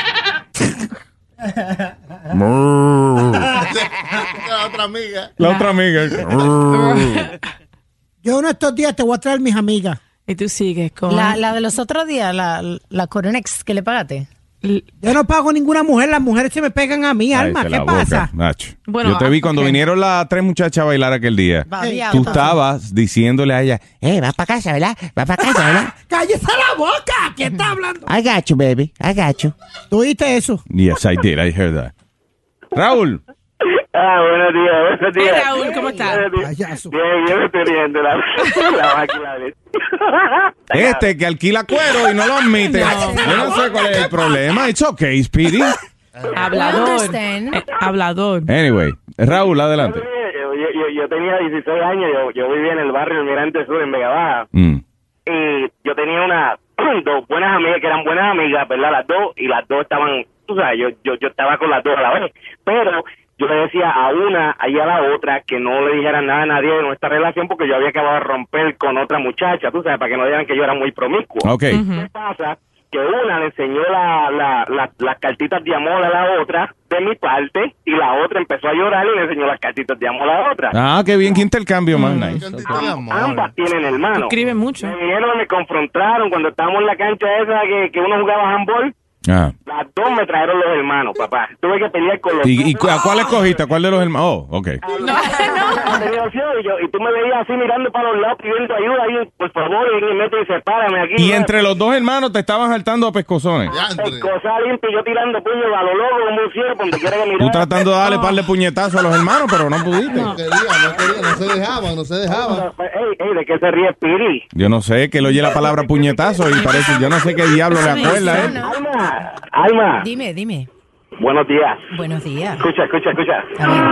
La otra amiga. La otra amiga. Yo uno de estos días te voy a traer mis amigas. Y tú sigues con... La, la de los otros días, la, la Coronex que le pagaste. Yo no pago ninguna mujer, las mujeres se me pegan a mí, Alma, Cállate ¿qué la boca, pasa? Nacho. Bueno, Yo te vi ah, cuando ok. vinieron las tres muchachas a bailar aquel día. Babia, Tú otra. estabas diciéndole a ella, eh, vas para casa, ¿verdad? Vas para casa, ¿verdad? ¡Cállese la boca! ¿Qué está hablando? I got you, baby. I got you. ¿Tú oíste eso? Yes, I did. I heard that. Raúl. Ah, buenos días, buenos días. Hey, Raúl, ¿cómo estás? Payaso. Bien, yo me estoy riendo la, la máquina de... Este que alquila cuero y no lo admite. Yo no sé cuál es el problema. It's okay, Speedy. Hablador. Understand. Eh, hablador. Anyway, Raúl, adelante. Yo, yo, yo, yo tenía dieciséis años, yo, yo vivía en el barrio Almirante Sur, en Vega Baja. Mm. Y yo tenía una dos buenas amigas que eran buenas amigas, ¿verdad? Las dos, y las dos estaban, tú sabes, yo, yo, yo estaba con las dos a la vez. Pero yo le decía a una y a la otra que no le dijeran nada a nadie de nuestra relación porque yo había acabado de romper con otra muchacha, tú sabes, para que no digan que yo era muy promiscuo. Ok. ¿Qué pasa? Que una le enseñó la, la, la, las cartitas de amor a la otra de mi parte y la otra empezó a llorar y le enseñó las cartitas de amor a la otra. Ah, qué bien, qué intercambio más nice. Am- ambas tienen hermano. Escribe mucho. Me vinieron, me confrontaron cuando estábamos en la cancha esa que, que uno jugaba handball. Ah. Las dos me trajeron los hermanos, papá. Tuve que pelear con los ¿Y, y dos. cu- a cuál escogiste? ¿A cuál de los hermanos? Oh, ok. Tenía opción, y, yo, y tú me veías así mirando para los lados pidiendo ayuda. Y por favor, y me meto y sepárame aquí. Y entre los dos hermanos te estaban saltando a pescozones. Cosa limpia y yo tirando puños a lo loco como un ciervo, donde quiera que Tú mirar. tratando de darle par de puñetazos a los hermanos, pero no pudiste. No quería, no quería, no se dejaban, no se dejaban. Ey, ey, ¿de qué se ríe Piri? Yo no sé, que le oye la palabra puñetazo y parece, yo no sé qué diablo le acuerda, ¿eh? Alma, Alma. Dime, dime. Buenos días. Buenos días. Escucha, escucha, escucha.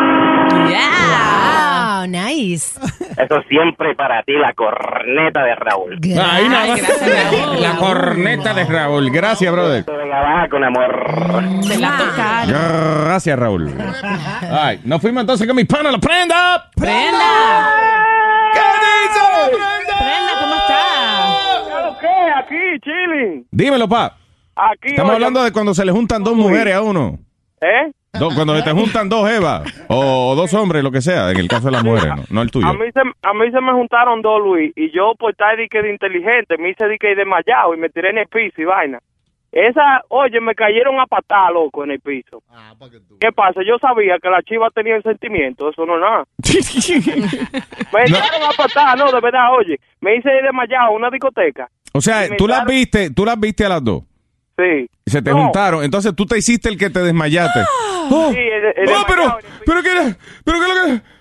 Wow, nice. Eso siempre para ti, la corneta de Raúl. Ahí nada más. La corneta de Raúl. Gracias, brother. Venga, baja con amor. Se la tocaron. Gracias, Raúl. Ay, nos fuimos entonces con mis panas. ¡La prenda! ¡Prenda! ¿Qué dice la prenda? Prenda, ¿cómo estás? ¿Qué? Aquí, chilling. Dímelo, pa. Aquí. Estamos oye, hablando de cuando se le juntan dos mujeres a uno. ¿Eh? Do- cuando se te juntan dos Evas o dos hombres, lo que sea, en el caso de las mujeres, no, no el tuyo. A mí, se, a mí se me juntaron dos, Luis, y yo por estar de, que de inteligente me hice de que desmayado y me tiré en el piso y vaina. Esa, oye, me cayeron a patar, loco, en el piso. ¿Qué pasa? Yo sabía que la chiva tenía el sentimiento, eso no es nada. Me tiraron a patar, no, de verdad, oye, me hice desmayado en una discoteca. O sea, Y me tú las echaron- viste, tú las viste a las dos. Sí. Y se te No. juntaron. Entonces tú te hiciste el que te desmayaste. Oh, Sí, el- el oh, pero, desmayado. pero qué era, pero qué lo que.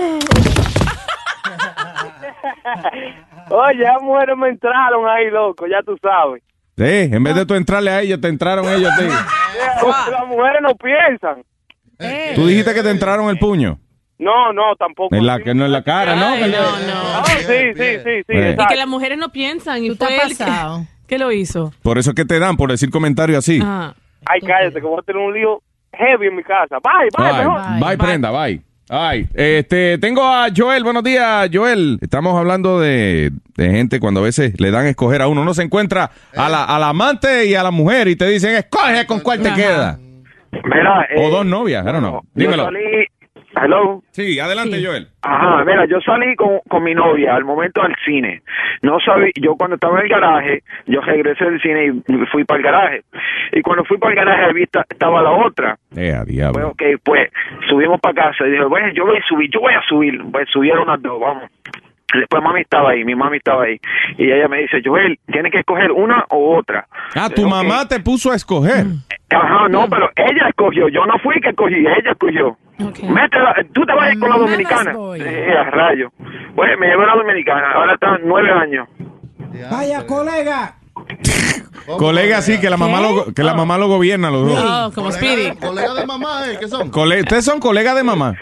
Oye, las mujeres me entraron ahí, loco, ya tú sabes. Sí, en vez de tú entrarle a ellos, te entraron ellos a ti. Las, las mujeres no piensan. Tú dijiste que te entraron el puño. No, no, tampoco. En la, que no en la cara, ¿no? Que le- Ah, sí, sí, sí, sí. Bueno. Y exacto. que las mujeres no piensan. Y ¿Tú te fue has él que, pasado? que lo hizo. Por eso es que te dan, por decir comentarios así. Ajá. Ay, cállate, que voy a tener un lío heavy en mi casa. Bye, bye, Bye, mejor. bye, prenda, bye. Ay, este, tengo a Joel, buenos días, Joel. Estamos hablando de, de gente cuando a veces le dan a escoger a uno. Uno se encuentra a la, a la amante y a la mujer y te dicen, escoge con cuál te queda. Mira, O eh, dos novias, I don't know. Dímelo. Yo salí, hello. Sí, adelante, Joel. Ajá, mira, yo salí con, con mi novia al momento del cine. No sabía, yo cuando estaba en el garaje, yo regresé del cine y fui para el garaje. Y cuando fui para el garaje, vi esta- estaba la otra. Eh, a diablo. Pues, ok, pues subimos para casa y dije, bueno, yo voy a subir, yo voy a subir. Pues subieron las dos, vamos. Después mami estaba ahí, mi mami estaba ahí. Y ella me dice, Joel, tienes que escoger una o otra. Ah, tu mamá te puso a escoger. Ajá, no, pero ella escogió, yo no fui que escogí, ella escogió. Métela, tú te vas con la dominicana. Eh, a rayo. Bueno, me llevé a la dominicana, ahora están nueve años. Vaya, colega. Colega, sí, que la mamá lo, que la mamá lo gobierna los dos. Oh, como Speedy. Colega de mamá, ¿eh? ¿Qué son? Cole- Ustedes son colegas de mamá.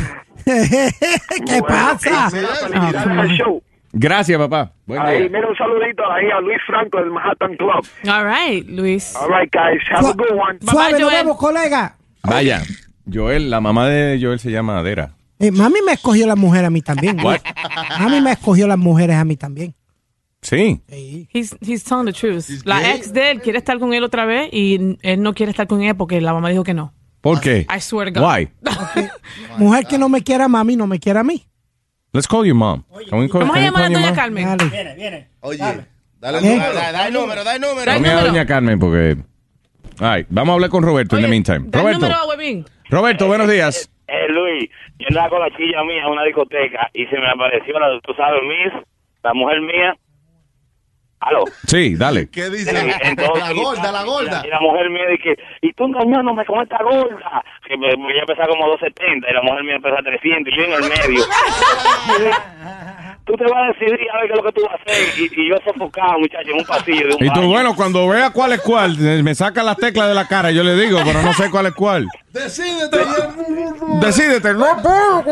¿Qué pasa? Gracias, papá. Buen Ahí, día. mira un saludito ahí a Luis Franco del Manhattan Club. All right, Luis. All right, guys, have a good one. Suave, nos Joel. vemos, colega. Vaya, Joel, la mamá de Joel se llama Adera. Eh, mami me escogió las mujeres a mí también. What? Mami me escogió las mujeres a mí también. Sí. He's, he's telling the truth. La gay? ex de él quiere estar con él otra vez y él no quiere estar con ella porque la mamá dijo que no. ¿Por qué? I swear to God. Why? Mujer que no me quiera a mami, no me quiere a mí. Let's call your mom. Can we call, Vamos a can we llamar a call your doña mom? Carmen. Dale. Viene, viene. Oye, dale el ¿Eh? número. Da, da el número, da el número. Da el Llame a número. doña Carmen porque... Ay, vamos a hablar con Roberto in the meantime. Da el Roberto, número a Webin. Roberto, buenos días. Eh, Luis, yo andaba con la chilla mía en una discoteca y se me apareció la, tú sabes, Miss, la mujer mía. ¿Aló? Sí, dale. ¿Qué dice? Entonces, La gorda, la gorda. Y la mujer mía dice, y tú engañándome con esta gorda. Que me, me iba a pesar como doscientos setenta y la mujer mía pesa trescientos y yo en el medio. Tú te vas a decidir a ver qué es lo que tú vas a hacer. Y, y yo sofocado, muchacho, en un pasillo de un Y tú, baño. bueno, cuando vea cuál es cuál, me saca las teclas de la cara, yo le digo, pero no sé cuál es cuál. Decídete. Decídete, no puedo.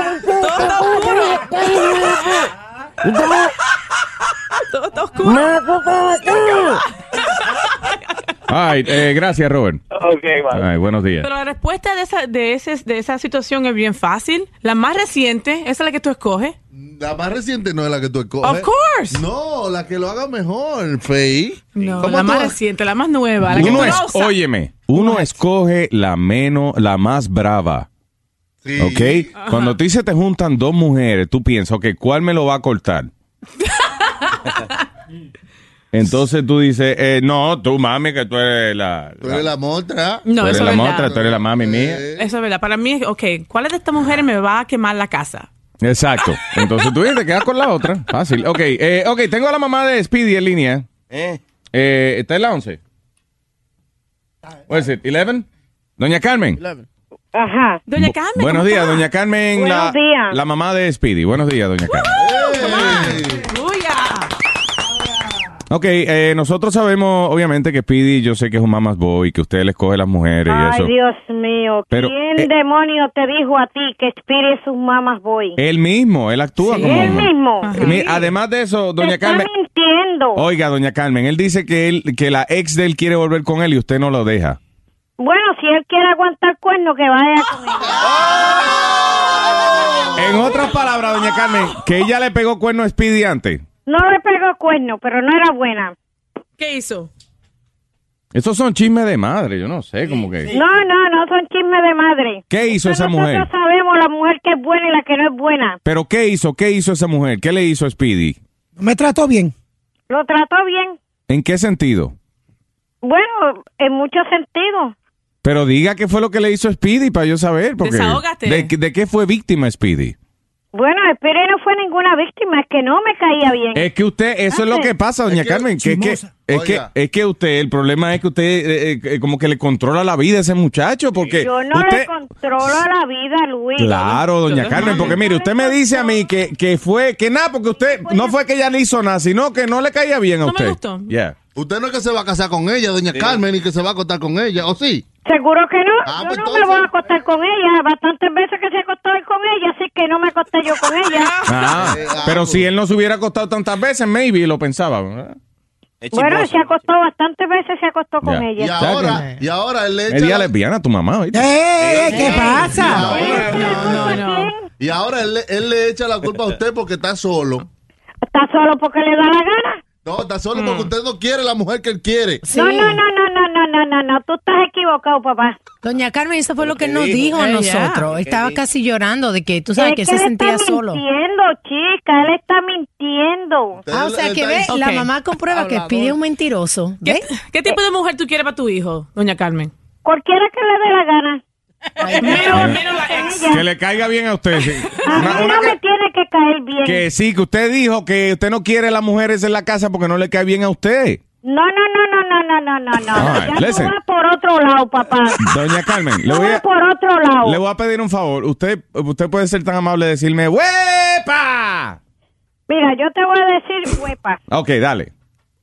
Todo está oscuro. Ay, eh, gracias, Robert. Ok, vale. Ay, buenos días. Pero la respuesta de esa, de, ese, de esa situación es bien fácil. La más reciente, esa es la que tú escoges. La más reciente no es la que tú escoges. Of course. No, la que lo haga mejor, Fey. No, ¿Cómo la tú más vas- reciente, la más nueva. La que Uno tú es, no usas. óyeme, uno escoge la menos, la más brava. Sí. ¿Ok? Cuando a ti se te juntan dos mujeres, tú piensas, ok, ¿cuál me lo va a cortar? Entonces tú dices, eh, no, tú mami, que tú eres la... Tú eres la montra. No, tú eres eso la es verdad. montra, tú eres la mami mía. Eso es verdad. Para mí, es, ok, ¿cuál de estas mujeres me va a quemar la casa? Exacto. Entonces tú te quedas con la otra. Fácil. Ok, eh, ok, tengo a la mamá de Speedy en línea. Eh. Eh, ¿Está en la once? What is it, eleven? Doña Carmen. Ajá. Doña Carmen. Buenos días, doña Carmen. Buenos la, días. la mamá de Speedy. Buenos días, doña Carmen. Ok, eh, nosotros sabemos, obviamente, que Speedy, yo sé que es un mama's boy, que usted le escoge las mujeres y Ay, eso. Dios mío. Pero, ¿Quién eh, demonio te dijo a ti que Speedy es un mamas boy? Él mismo, él actúa Sí. como... Él mismo. Eh, mi- Además de eso, doña Te Carmen... está mintiendo. Oiga, doña Carmen, él dice que él que la ex de él quiere volver con él y usted no lo deja. Bueno, si él quiere aguantar cuerno, que vaya con ella. En otras palabras, doña Carmen, que ella le pegó cuerno a Speedy antes. No le pegó cuerno, pero no era buena. ¿Qué hizo? Esos son chismes de madre, yo no sé, como que... No, no, no son chismes de madre. ¿Qué hizo esa Nosotros mujer? sabemos la mujer que es buena y la que no es buena. ¿Pero qué hizo? ¿Qué hizo esa mujer? ¿Qué le hizo a Speedy? Me trató bien. Lo trató bien. ¿En qué sentido? Bueno, en muchos sentidos. Pero diga qué fue lo que le hizo a Speedy para yo saber. Porque Desahógate. ¿De, de qué fue víctima Speedy? Bueno, Speedy no fue ninguna víctima, es que no me caía bien. Es que usted, eso es lo que pasa, doña Carmen, que es que, es que es que usted, el problema es que usted eh, eh, como que le controla la vida a ese muchacho, porque Yo no usted, le controlo la vida, Luis. claro, doña Carmen, porque mire, usted me dice a mí que, que fue, que nada, porque usted, no fue que ella le hizo nada, sino que no le caía bien a usted. Yeah. Usted no es que se va a casar con ella, doña Carmen, ni que se va a acostar con ella, ¿o sí? Seguro que no. Ah, yo pues no entonces- me voy a acostar con ella. Bastantes veces que se acostó él con ella, así que no me acosté yo con ella. Ah, pero si él no se hubiera acostado tantas veces, maybe lo pensaba, ¿verdad? Bueno, se acostó bastantes veces, se acostó con Ya. ella. Y ahora, y ahora él le Es echa... día la- lesbiana tu mamá, ¿oíste? ¡Eh, eh, qué pasa! No, no. Y ahora él, le- él le echa la culpa a usted porque está solo. Está solo porque le da la gana. No, está solo porque usted no quiere la mujer que él quiere. No, no, no, no, no, no, no, no, no. Tú estás equivocado, papá. Doña Carmen, eso fue lo que ¿Qué nos dijo? dijo a Ella. nosotros. ¿Qué Estaba dijo? casi llorando de que tú sabes Es que que se él sentía está solo. mintiendo, chica. Él está mintiendo. Ah, o sea que ve, la mamá comprueba que pide un mentiroso. ¿Qué, ¿Qué tipo de mujer tú quieres para tu hijo, doña Carmen? Cualquiera que le dé la gana. Menos, menos la ex. Que le caiga bien a usted. Sí. A mí Una- una no que- me tiene que caer bien. Que sí, que usted dijo que usted no quiere las mujeres en la casa porque no le cae bien a usted. No, no, no, no, no, no, no, no, no. All right, Ya listen. tú vas por otro lado, papá. Doña Carmen, le Tú voy vas a, por otro lado. le voy a pedir un favor. Usted, usted puede ser tan amable de decirme ¡Huepa! Mira, yo te voy a decir, huepa. Ok, dale.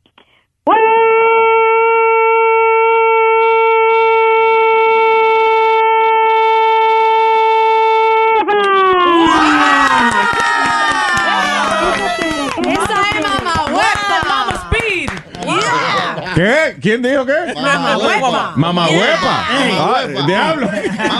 Esa es mamá huepa. Mama Speed. ¿Qué? ¿Quién dijo qué? Mamá huepa. Mamá huepa. Ah, diablo.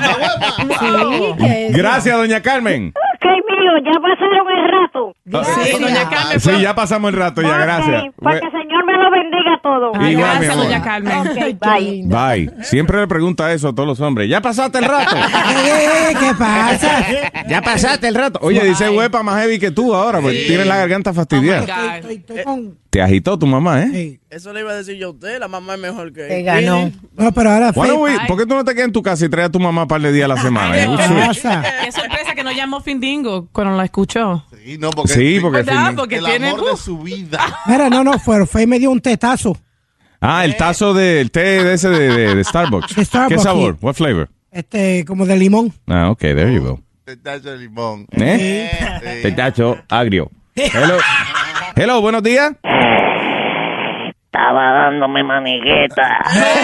Gracias, doña Carmen. Ok, mío, ya pasaron el rato. Sí, doña Carmen. Sí, ya pasamos el rato, ya, gracias. Ok, pues que el Señor me lo bendiga a todos. Igual, mi Gracias, amor. doña Carmen. Ok, bye. Bye. Siempre le pregunta eso a todos los hombres. ¿Ya pasaste el rato? Eh, ¿qué pasa? Ya pasaste el rato. Oye, dice huepa más heavy que tú ahora, porque tienes la garganta fastidiada. Estoy, estoy con... Te agitó tu mamá, ¿eh? Eso le iba a decir yo a usted, la mamá es mejor que Te él. ganó. No, pero ahora Bueno, fue... güey, ¿por qué tú no te quedas en tu casa y traes a tu mamá un par de días a la semana? Ay, eh? qué Switch. pasa? Qué sorpresa que no llamó Findingo cuando la escuchó. Sí, no, porque, Sí, porque ¿Verdad? fin- Porque el tiene... amor de uf. su vida. Mira, no, no, fue, fue y me dio un tetazo. Ah, el tazo del té de ese de, de- de Starbucks. De Starbucks, ¿Qué sabor? sí. What flavor? Este, como de limón. Ah, ok, there you go. Tetazo de limón. ¿Eh? Sí. Tetazo agrio. Hello. Hello, buenos días. Estaba dándome manigueta.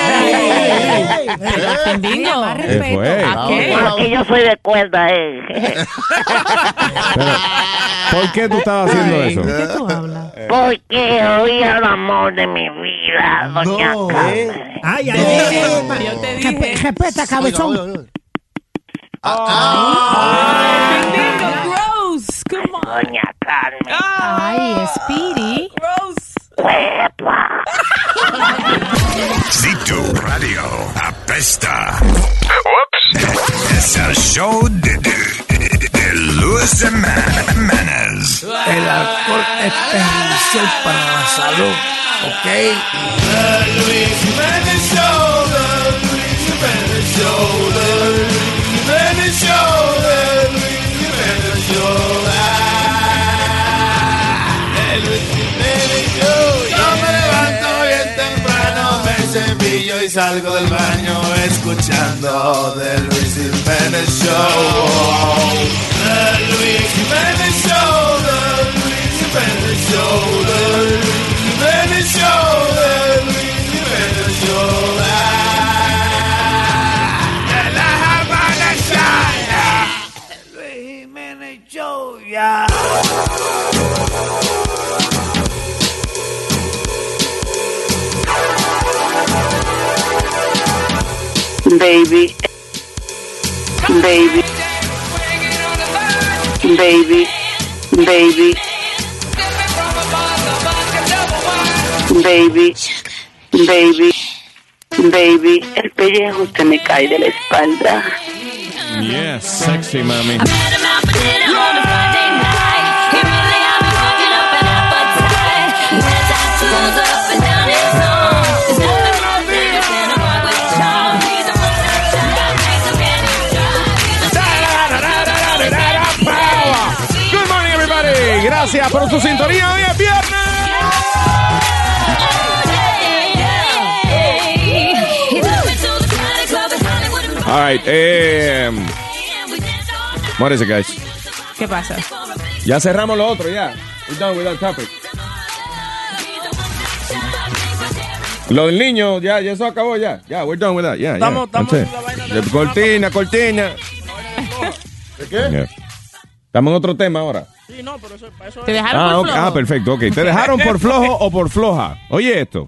Findingo. ¿Qué fue? ¿A qué? Porque yo soy de cuerda, eh. Pero, ¿por qué tú estabas haciendo Ay, eso? ¿de qué tú hablas? Porque hoy el amor de mi vida, doña No. Carmen. Ay, ay, ay. Yo te Respe- dije... Respeta, cabezón. Oiga, oiga, oiga. Ah, Findingo, gross. Come on. Doña Carmen. Ay, Speedy. Gross. Huepa. Si tu radio apesta. Ups. Es el show de, de, de, de Luis Luis Jiménez. El alcohol es perjudicial para la salud, ¿ok? The Luis Jiménez Show, the Luis Jiménez Show, the Luis Jiménez Show, the Luis Jiménez Show. Ah, el Luis Jiménez Show. Yo me levanto bien temprano, me cepillo y salgo del baño escuchando The Luis Jiménez Show. The Luis Jiménez Show, the Luis Jiménez Show, the Luis Jiménez Show, the Luis Jiménez Show. De la Habana Shaya. Luis Jiménez Show, ya. Baby, baby, baby, baby, baby, baby, baby, el pellejo se me cae de la espalda. Yes, sexy mami. Good morning, everybody. Gracias por su sintonía. Hoy es viernes. All right, eh, what is it, guys? ¿Qué pasa? Ya cerramos lo otro, ya. We're done with that topic. Lo del niño, ya, ya eso acabó, ya. Ya, we're done with that, ya. Estamos, ya. estamos en la vaina de... Cortina, cortina. ¿De qué? Yeah. Estamos en otro tema ahora. Sí, no, pero eso, eso ¿Te es... dejaron Ah, por okay. flojo? Ah, perfecto, ok. ¿Te dejaron por flojo o por floja? Oye esto.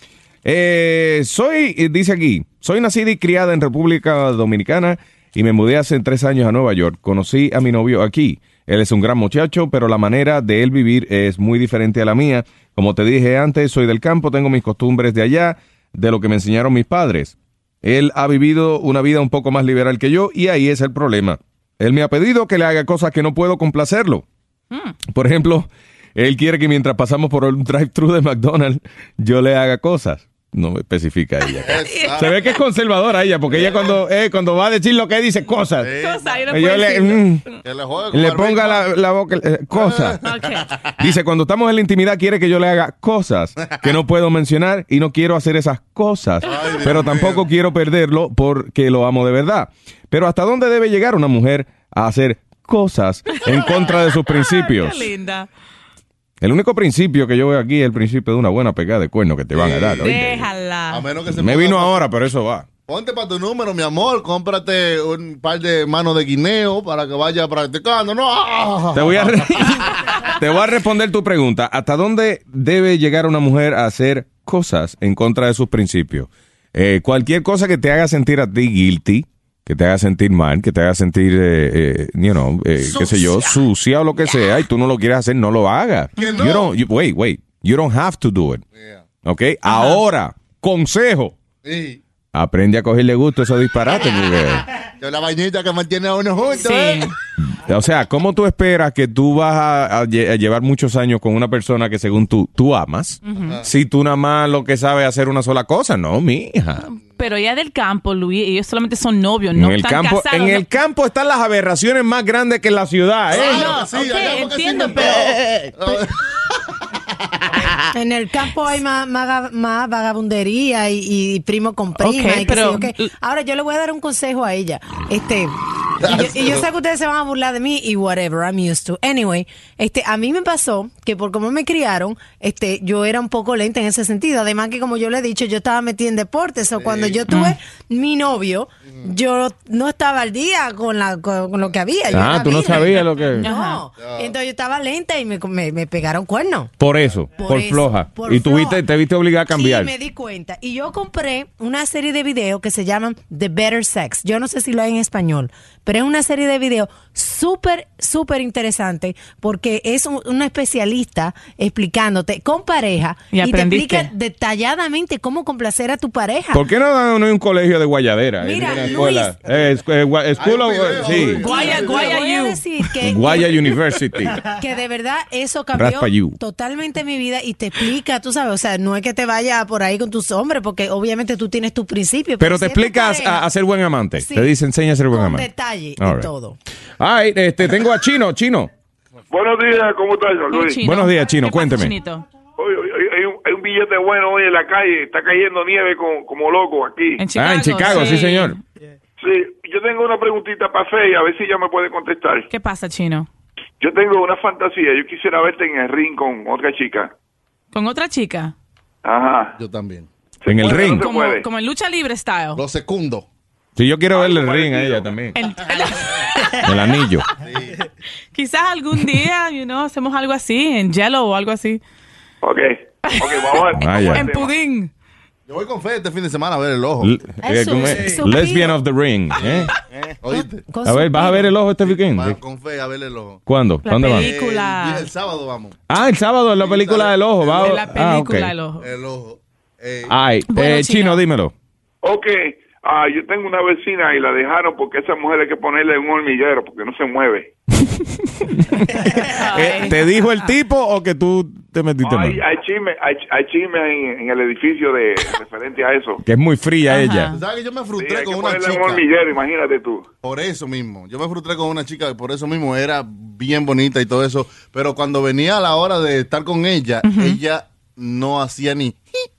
Eh, soy, eh, dice aquí, soy nacida y criada en República Dominicana y me mudé hace tres años a Nueva York. Conocí a mi novio aquí. Él es un gran muchacho, pero la manera de él vivir es muy diferente a la mía. Como te dije antes, soy del campo, tengo mis costumbres de allá, de lo que me enseñaron mis padres. Él ha vivido una vida un poco más liberal que yo y ahí es el problema. Él me ha pedido que le haga cosas que no puedo complacerlo. Mm. Por ejemplo, él quiere que mientras pasamos por un drive-thru de McDonald's, yo le haga cosas. No me especifica ella. Se ve que es conservadora ella, porque ella cuando eh, cuando va a decir lo que dice, cosas. Sí. Cosa, yo no yo le, mm, Que le juegue con le el ponga la, la boca, eh, cosas. Okay. Dice, cuando estamos en la intimidad quiere que yo le haga cosas que no puedo mencionar y no quiero hacer esas cosas. Ay, pero Dios tampoco mío. quiero perderlo porque lo amo de verdad. Pero ¿hasta dónde debe llegar una mujer a hacer cosas en contra de sus principios? Qué linda. El único principio que yo veo aquí es el principio de una buena pegada de cuerno que te van a dar. ¿oíste? Déjala. A menos que se Me ponga vino pa- ahora, pero eso va. Ponte para tu número, mi amor. Cómprate un par de manos de guineo para que vaya practicando. No. ¡Ah! Te voy a re- te voy a responder tu pregunta. ¿Hasta dónde debe llegar una mujer a hacer cosas en contra de sus principios? Eh, cualquier cosa que te haga sentir a ti guilty, que te haga sentir mal, que te haga sentir, eh, eh, you know, eh, qué sé yo, sucia o lo que sea, y tú no lo quieres hacer, no lo hagas. Que no. You don't, you- wait, wait. You don't have to do it. ¿Ok? Ahora, consejo. Sí. Aprende a cogerle gusto a esos disparates, porque... Que la vainita que mantiene a uno juntos, Sí. ¿eh? O sea, ¿cómo tú esperas que tú vas a, a lle- a llevar muchos años con una persona que según tú, tú amas, si tú nada más lo que sabes es hacer una sola cosa? No, mija. Pero ella del campo, Luis, ellos solamente son novios, no en el están campo, casados. en no- el campo están las aberraciones más grandes que en la ciudad, ¿eh? Claro que sí, ok, allá porque entiendo, sí, pero- En el campo hay más, más, más vagabundería y, y primo con prima. Ok, y qué sé pero- yo qué. Ahora yo le voy a dar un consejo a ella. Este, y, yo, y yo sé que ustedes se van a burlar de mí y whatever, I'm used to. Anyway, este, a mí me pasó que por cómo me criaron, este, yo era un poco lenta en ese sentido. Además que como yo le he dicho, yo estaba metida en deportes. O cuando yo tuve mi novio, yo no estaba al día con la con, con lo que había. Yo Ah, era tú no virgen. sabías lo que... No. Entonces yo estaba lenta y me, me, me pegaron cuernos. Por eso, por, Por eso, floja. por y tuviste, floja. te viste obligada a cambiar. Sí, me di cuenta. Y yo compré una serie de videos que se llaman The Better Sex. Yo no sé si lo hay en español, pero es una serie de videos súper, súper interesante porque es un, un especialista explicándote con pareja Y y, te aprendiste. explica detalladamente cómo complacer a tu pareja. ¿Por qué no dan un colegio de guayadera? Mira, en una Luis. escuela. Eh, es- eh, gua- school of- sí. Guaya, Te Guaya voy a you. decir que, Guaya University. que de verdad eso cambió Raspa you. totalmente mi vida y te explica, tú sabes, o sea, no es que te vaya por ahí con tus hombres porque obviamente tú tienes tus principios. Pero te si es tu explicas pareja, a, a ser buen amante. Sí. Te dice, enseña a ser buen con amante. detalle All y right. todo. Ay, este, tengo a Chino, Chino. Buenos días, ¿cómo estás, Luis? Buenos días, Chino, cuénteme. Oye, oye, hay, un, hay un billete bueno hoy en la calle, está cayendo nieve con- como loco aquí. Ah, en Chicago, sí, señor. Sí, yo tengo una preguntita para Fey, a ver si ella me puede contestar. ¿Qué pasa, Chino? Yo tengo una fantasía, yo quisiera verte en el ring con otra chica. ¿Con otra chica? Ajá. Yo también. En el ring. Como, como en lucha libre style. Lo secundo. Sí, yo quiero verle el ring a ella también. En- El anillo. Quizás algún día, you know, hacemos algo así, en Jello o algo así. Ok, ok, vamos a ver. Vaya. En pudín. Yo voy con Fe este fin de semana a ver el ojo. L- eh, ¿cómo es? Lesbian of the ring. ¿eh? ¿Oíste? A ver, ¿vas a ver el ojo este weekend? Va con Fe a ver el ojo. ¿Cuándo? La ¿Dónde van? película. El, el sábado vamos. Ah, el sábado en la película del ojo. Va, De la ah, ok. película El Ojo. El ojo. Ay, Bueno, eh, Chino. Chino, dímelo. Ok, ah, yo tengo una vecina y la dejaron porque a esa mujer hay que ponerle un hormiguero porque no se mueve. Eh, ¿Te dijo el tipo o que tú te metiste Hay, mal? hay chisme, hay, hay chisme en, en el edificio de referente a eso. Que es muy fría ella. ¿Tú sabes que yo me Sí, frustré hay con que una ponerle un chica? hormiguero, imagínate tú. Por eso mismo. Yo me frustré con una chica, por eso mismo era bien bonita y todo eso. Pero cuando venía a la hora de estar con ella, ella no hacía ni...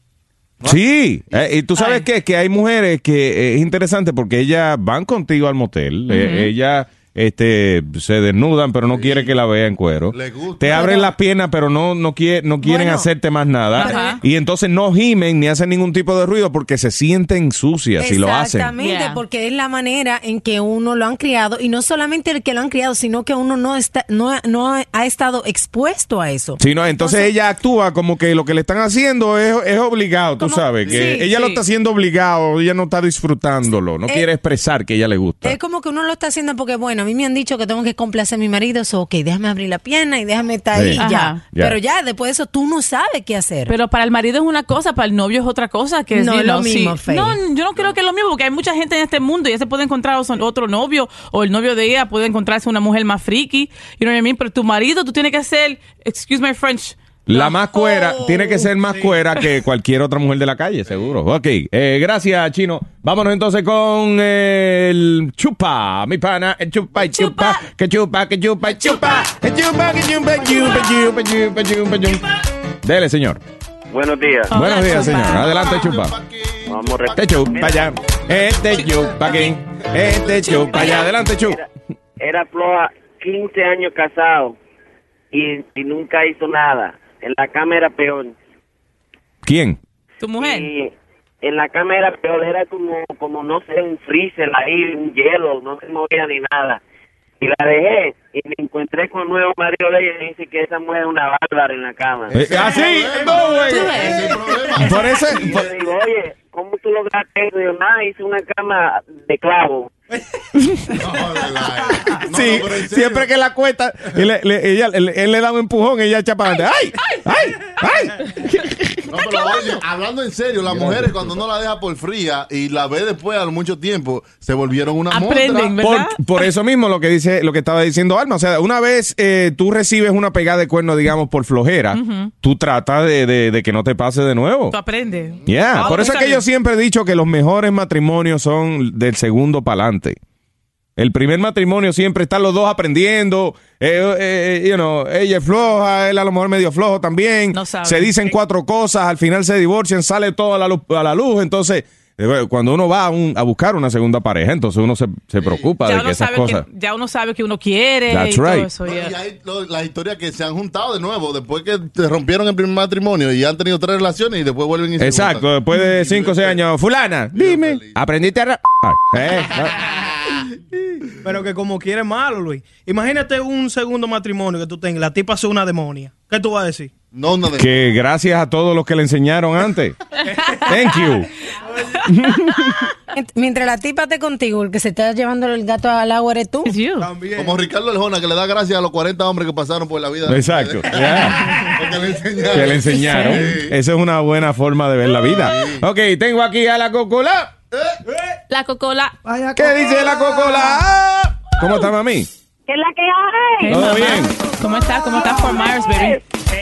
Sí, eh, y tú sabes qué, que hay mujeres que eh, es interesante porque ellas van contigo al motel, eh, ellas este, se desnudan pero no quiere que la vea en cuero, Le gusta. te abren las piernas pero no, no, quiere, no quieren Bueno. hacerte más nada Ajá. y entonces no gimen ni hacen ningún tipo de ruido porque se sienten sucias si lo hacen. Exactamente, Yeah. porque es la manera en que uno lo han criado y no solamente el que lo han criado, sino que uno no está no, no ha estado expuesto a eso. Sí, no, entonces, ella actúa como que lo que le están haciendo es, es obligado, tú sabes, que Sí, ella lo sí. está haciendo obligado, ella no está disfrutándolo, no Eh, quiere expresar que a ella le gusta. Es como que uno lo está haciendo porque, bueno, a mí me han dicho que tengo que complacer a mi marido, so, ok, déjame abrir la pierna y déjame estar ahí Sí. y ya. Ajá. Ya. Pero ya, después de eso, tú no sabes qué hacer. Pero para el marido es una cosa, para el novio es otra cosa. Que es, No you es lo know, mismo, sí. Faye. No, yo no creo que es lo mismo, porque hay mucha gente en este mundo y ya se puede encontrar otro novio o el novio de ella puede encontrarse una mujer más friki. You know what I mean? Pero tu marido, tú tienes que ser, excuse my French, La más cuera, tiene que ser más cuera que cualquier otra mujer de la calle, seguro. Ok, eh, gracias, Chino. Vámonos entonces con el chupa, mi pana, el chupa y chupa, que chupa, que chupa y chupa, que chupa, que chupa, chupa, chupa, chupa, chupa, chupa. Dele, señor. Buenos días. Buenos días, señor. Adelante, chupa. Vamos a Este chupa allá, este chupa aquí, este chupa allá. Adelante, chupa. Era floja, quince años casado y, y nunca hizo nada. En la cama era peor. ¿Quién? tu mujer. Y en la cama era peor, era como, como no sé, un freezer ahí, un hielo, no se movía ni nada. Y la dejé y me encontré con un nuevo marido de ella y dice que esa mujer es una bárbara en la cama. Eh, ¿ah, sí? No, güey. Por eso... Y yo digo, oye, ¿cómo tú lograste eso? Y yo, nada, hice una cama de clavo. Sí, siempre que la cuesta, y le, le- ella, él, él le da un empujón y ella echa para adelante. ¡Ay! ¡Ay! ¡Ay! No, pero oye, hablando en serio, las mujeres cuando no la deja por fría y la ve después a mucho tiempo, se volvieron una Aprenden, montra. Por, por eso mismo lo que dice, lo que estaba diciendo Alma. O sea, una vez eh, tú recibes una pegada de cuerno, digamos, por flojera, Ujú. tú tratas de, de- de que no te pase de nuevo. Tú aprendes. Yeah, Ah, por eso es está que yo bien. siempre he dicho que los mejores matrimonios son del segundo para adelante. El primer matrimonio siempre están los dos aprendiendo, eh, eh, you know, ella es floja, él a lo mejor medio flojo también, No sabe. se dicen cuatro cosas, al final se divorcian, sale todo a la luz, a la luz. Entonces, eh, cuando uno va a, un- a buscar una segunda pareja, entonces uno se, se preocupa Ya de uno, que esas sabe cosas... que, ya uno sabe que uno quiere That's y todo right. eso. No, yeah. y hay lo- las historias que se han juntado de nuevo después que te rompieron el primer matrimonio y han tenido tres relaciones y después vuelven y se Exacto, juntan. después de cinco o seis años, fulana, dime, aprendiste a... ra- Eh, Pero que como quiere malo, Luis. Imagínate un segundo matrimonio que tú tengas, la tipa es una demonia. ¿Qué tú vas a decir? No, no. Que gracias a todos los que le enseñaron antes. Thank you. Mientras la tipa esté contigo, el que se está llevando el gato al agua eres tú. También. Como Ricardo Arjona, que le da gracias a los cuarenta hombres que pasaron por la vida. Exacto. Yeah. Porque le enseñaron. Que le enseñaron. Sí. Esa es una buena forma de ver la vida. Ok, tengo aquí a la Cocola. La Cocola. ¿Qué dice la Cocola? ¿Cómo está, mami? ¿Qué es la que hay? ¿Todo bien? ¿Cómo estás? ¿Cómo estás, Fort Myers, baby?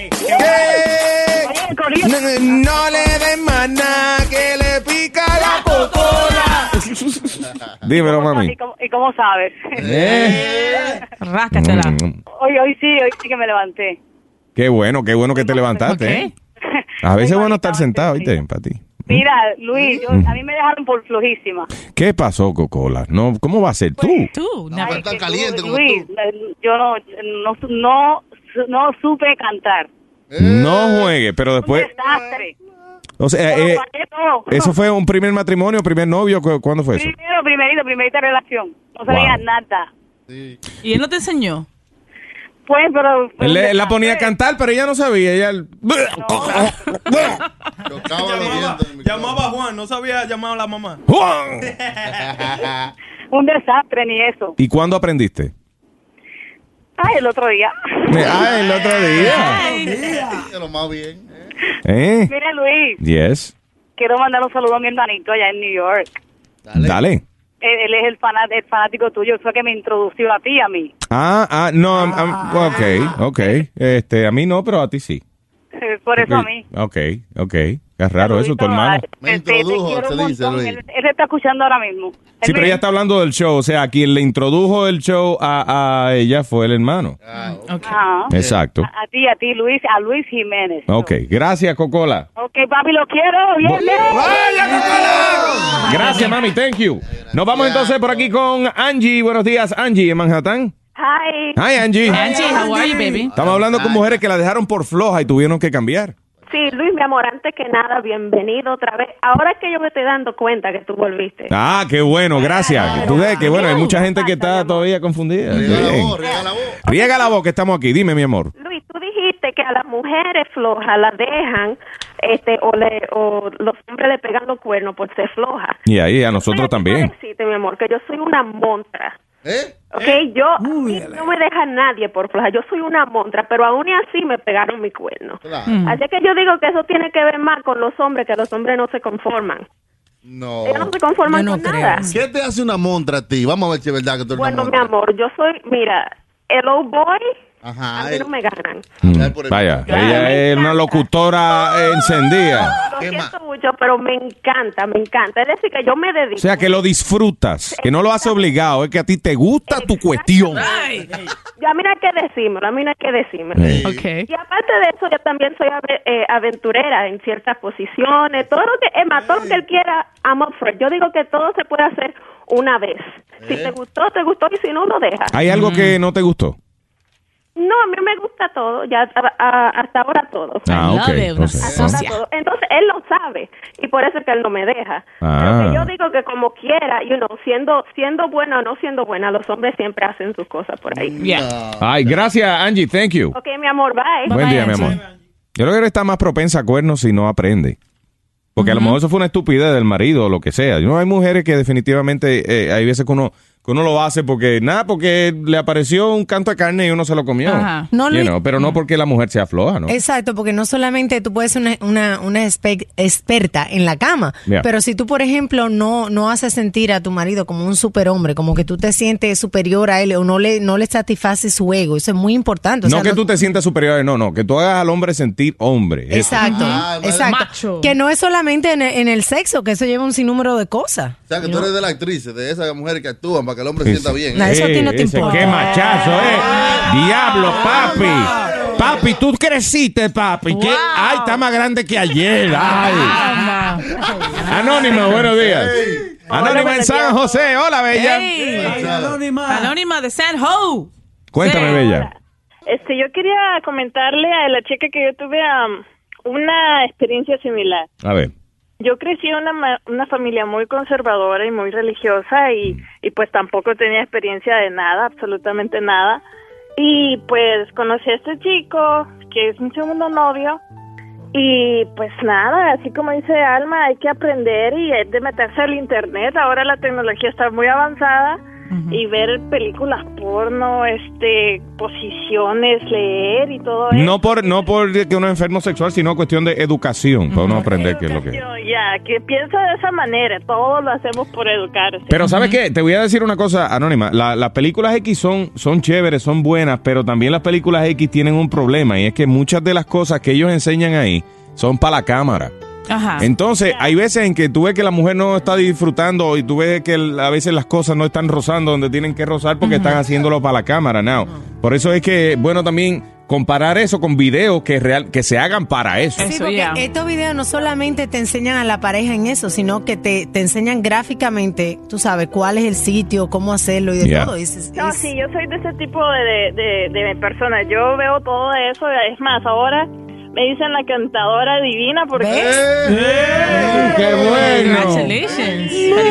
No, no le den más nada que le pica la Cocola. Dímelo, mami. ¿Y cómo, y cómo sabes? Eh. Ráscatela. Mm, Hoy, hoy sí, hoy sí que me levanté. Qué bueno, qué bueno que te levantaste. ¿Por ¿eh? A veces es bueno estar sentado, ¿viste? Para ti. Mira, Luis, yo, a mí me dejaron por flojísima. ¿Qué pasó, Cocola? No, ¿cómo va a ser tú? Tú, Ay, que tú, Luis, yo no, no, no, no supe cantar. No juegue, pero después... Desastre. O sea, Pero eh, fallé todo. ¿eso fue un primer matrimonio, primer novio? ¿Cu- ¿Cuándo fue eso? Primero, primerito, primerita relación. No sabía Wow. nada. ¿Y él no te enseñó? Pues, pero... Él, le- él la ponía a cantar, pero ella no sabía. Ella... Llamaba, llamaba a Juan, no sabía llamar a la mamá. ¡Juan! Un desastre, ni eso. ¿Y cuándo aprendiste? Ay, el otro día. Ah, el otro día. De lo más bien. ¿Eh? Mira, Luis, Yes. quiero mandar un saludo a mi hermanito allá en New York. Dale. Él, él es el, fanat, el fanático tuyo, fue que me introdució a ti y a mí. Ah, ah, no, am- am- ok, ok. Este, a mí no, pero a ti sí. Por eso a mí. Ok, ok. Es raro eso, tu hermano. Me Este, te introdujo, quiero se un dice, montón. Luis. Él, él está escuchando ahora mismo. Él Sí, pero me- ella está hablando del show. O sea, quien le introdujo el show a, a ella fue el hermano. Ajá. Exacto. A, a ti, a ti, Luis, a Luis Jiménez. Ok, gracias, Cocola. Ok, papi, lo quiero. Bien, bien. Gracias, mami, thank you. Nos vamos entonces por aquí con Angie. Buenos días, Angie, en Manhattan. Hi. Hi, Angie. Angie, how are you, baby? Estamos hablando con mujeres que la dejaron por floja y tuvieron que cambiar. Sí, Luis, mi amor, antes que nada, bienvenido otra vez. Ahora es que yo me estoy dando cuenta que tú volviste. Ah, qué bueno, gracias. Tú ves que bueno, hay mucha gente que está todavía confundida. Riega la Bien. voz, riega la voz. Riega la voz que estamos aquí. Dime, mi amor. Luis, tú dijiste que a las mujeres flojas las dejan este, o, le, o los hombres le pegan los cuernos por ser flojas. Y ahí a nosotros también. Sí, mi amor, que yo soy una montra. ¿Eh? Ok, yo no me deja nadie por floja, yo soy una montra, pero aún y así me pegaron mi cuerno. Claro. Así que yo digo que eso tiene que ver más con los hombres, que los hombres no se conforman. No. Ellos no se conforman con nada. ¿Qué te hace una montra a ti? Vamos a ver si es verdad que tú eres Bueno, una mi montra. amor, yo soy, mira, el old boy, Ajá. a mí no me ganan. Mm, vaya, ella es una locutora encendida. Lo siento mucho, pero me encanta, me encanta. Es decir, que yo me dedico. O sea, que lo disfrutas, que no lo haces obligado, es que a ti te gusta tu cuestión. Ya, mira, hay que decírmelo, a mí no hay que decírmelo. Sí. Okay. Y aparte de eso, yo también soy ave- eh, aventurera en ciertas posiciones. Todo lo que, es más, todo lo que él quiera, I'm up for it. Yo digo que todo se puede hacer una vez. Si te gustó, te gustó, y si no, lo dejas. ¿Hay algo que no te gustó? No, a mí me gusta todo, ya a- a- hasta ahora todo. Ah, ok. Entonces, Hasta ahora ah. todo. Entonces, él lo sabe y por eso es que él no me deja. Ah. Pero que yo digo que como quiera, you know, siendo siendo buena o no siendo buena, los hombres siempre hacen sus cosas por ahí. Ay, gracias, Angie, thank you. Ok, mi amor, bye. Buen día, mi amor. Yo creo que está más propensa a cuernos si no aprende. Porque a lo mejor eso fue una estupidez del marido o lo que sea. No, hay mujeres que definitivamente, eh, hay veces que uno, que uno lo hace porque, nada, porque le apareció un canto de carne y uno se lo comió. Ajá. No, You Luis- know, pero no porque la mujer sea floja, ¿no? Exacto, porque no solamente tú puedes ser una, una, una espe- experta en la cama, Yeah. pero si tú, por ejemplo, no, no haces sentir a tu marido como un superhombre, como que tú te sientes superior a él o no le, no le satisface su ego, eso es muy importante. O No sea, que no- tú te sientas superior, no, no, que tú hagas al hombre sentir hombre. Eso. Exacto, Ah, exacto. Macho. Que no es solamente en el, en el sexo, que eso lleva un sinnúmero de cosas. O sea, que tú eres de las actrices, de esas mujeres que actúan para que el hombre Sí, sienta bien. No, eso a ti no te ese, importa. qué machazo, eh. Diablo, papi. Papi, tú creciste, papi. ¿Qué? Ay, está más grande que ayer. Ay. Anónima, buenos días. Anónima en San José. Hola, bella. Hey. Anónima. Anónima de San Ho. Cuéntame, Sí. bella. Este, yo quería comentarle a la chica que yo tuve um, una experiencia similar. A ver. yo crecí en una, ma- una familia muy conservadora y muy religiosa y, y pues tampoco tenía experiencia de nada, absolutamente nada. Y pues conocí a este chico, que es mi segundo novio, y pues nada, así como dice Alma, hay que aprender y hay de meterse al internet. Ahora la tecnología está muy avanzada. Uh-huh. Y ver películas porno, este, posiciones, leer y todo eso. No por no por que uno es enfermo sexual, sino cuestión de educación, para uno aprender qué es lo que es. Ya, que piensa de esa manera, todos lo hacemos por educarse. Pero ¿sabes qué? Te voy a decir una cosa, Anónima. La, las películas X son, son chéveres, son buenas, pero también las películas X tienen un problema, y es que muchas de las cosas que ellos enseñan ahí son para la cámara. Ajá. Entonces, hay veces en que tú ves que la mujer no está disfrutando y tú ves que el, a veces las cosas no están rozando donde tienen que rozar porque uh-huh. están haciéndolo para la cámara. Now. Uh-huh. Por eso es que, bueno, también comparar eso con videos que real que se hagan para eso. Sí, porque yeah. estos videos no solamente te enseñan a la pareja en eso, sino que te, te enseñan gráficamente, tú sabes, cuál es el sitio, cómo hacerlo y de yeah. todo. Es, es, no, sí, yo soy de ese tipo de, de, de, de personas. Yo veo todo eso. Es más, ahora me dicen la cantadora divina porque... ¡Eh! ¡Eh! ¡Qué bueno! Congratulations.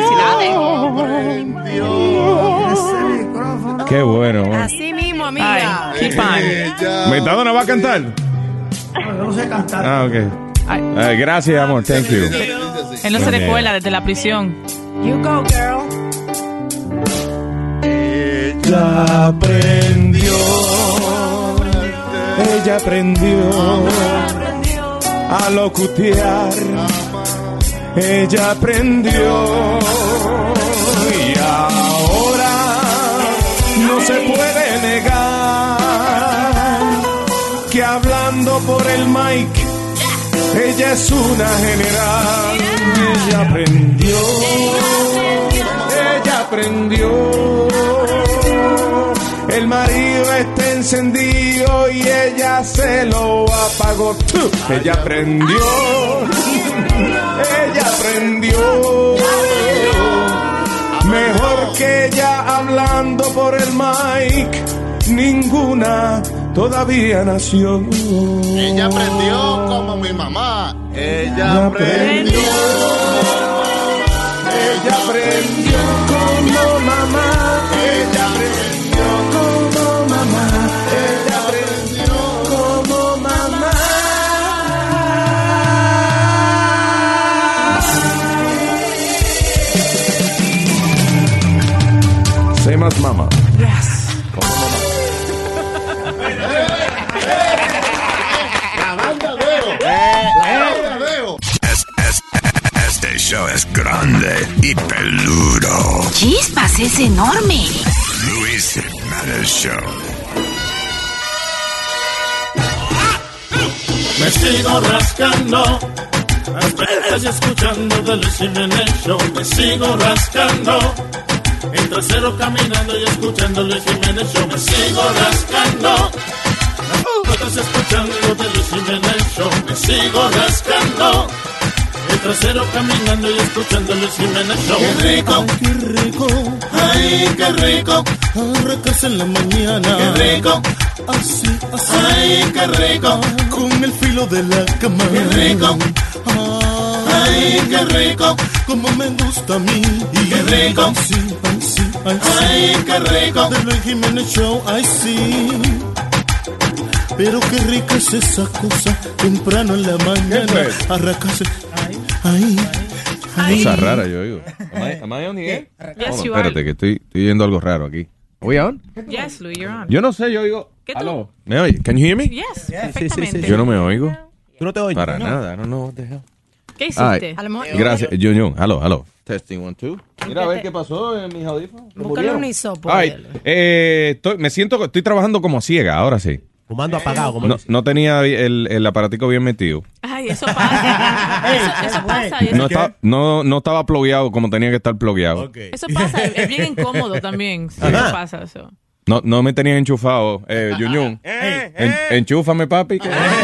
¡Felicidades! ¡Qué bueno! Así mismo, amiga. Ay, keep on. ¿Metadona va a cantar? No sé cantar. Ah, ok. Ay. Ay, gracias, amor. Thank you. Él no se recuerda desde la prisión. You go, girl. Ella aprendió. Ella aprendió a locutear, ella aprendió y ahora no se puede negar que hablando por el mic ella es una general. Ella aprendió, ella aprendió. El marido está encendido y ella se lo apagó. Ella aprendió, ella aprendió. Mejor que ella hablando por el mic, ninguna todavía nació. Ella aprendió como mi mamá. Ella aprendió. Ella aprendió como mamá. Ella aprendió. Como mamá, ella aprendió como mamá. Same as mama. Yes. Como mamá. La banda Veo. La banda Veo. Es, es, este show es grande y peludo. Chispas, es enorme. Luis Jiménez Show. Me sigo rascando, apenas escuchando de Luis Jiménez Show. Me sigo rascando, el trasero caminando y escuchando Luis Jiménez Show. Me sigo rascando, apenas escuchando de Luis Jiménez Show. Me sigo rascando, el trasero caminando y escuchando Luis Jiménez Show. Qué rico, qué rico, ay, qué rico, arrancarse en la mañana. Qué rico, así, así, ay, qué rico, con el filo de la cama. Qué rico, ay, qué rico, como me gusta a mí. Qué rico, así, así, así, ay, qué rico, de Luis Jiménez Show, ay, sí. Pero qué rica es esa cosa, temprano en la mañana, arrancarse. Ay, ay. Cosa rara, yo digo. Am I, am I on the air? Yes, oh, you espérate, are. que estoy, estoy viendo algo raro aquí. ¿Voy on? Yes, Louis, you're on. Yo no sé, yo digo. ¿Qué tú? Aló. ¿Me oye? Can you hear me? Yes, perfectamente. Yo no me oigo. ¿Tú no te oyes? Para No. nada. I don't know what the hell. ¿Qué hiciste? Gracias, Jun Jun. Aló, aló. Testing one, two. Mira a ver qué pasó en mis audífonos. Búscale un hisopo. Ay, eh, estoy, me siento que estoy trabajando como ciega, ahora sí. Fumando apagado. Como no, no tenía el, el aparatico bien metido. Ay, eso pasa. eso, eso pasa. Eso, No, está, no, no estaba plugueado como tenía que estar plugueado. Okay. eso pasa. Es bien incómodo también. Sí, eso pasa eso. No, no me tenían enchufado. Eh, Jun Jun. En, enchúfame, papi.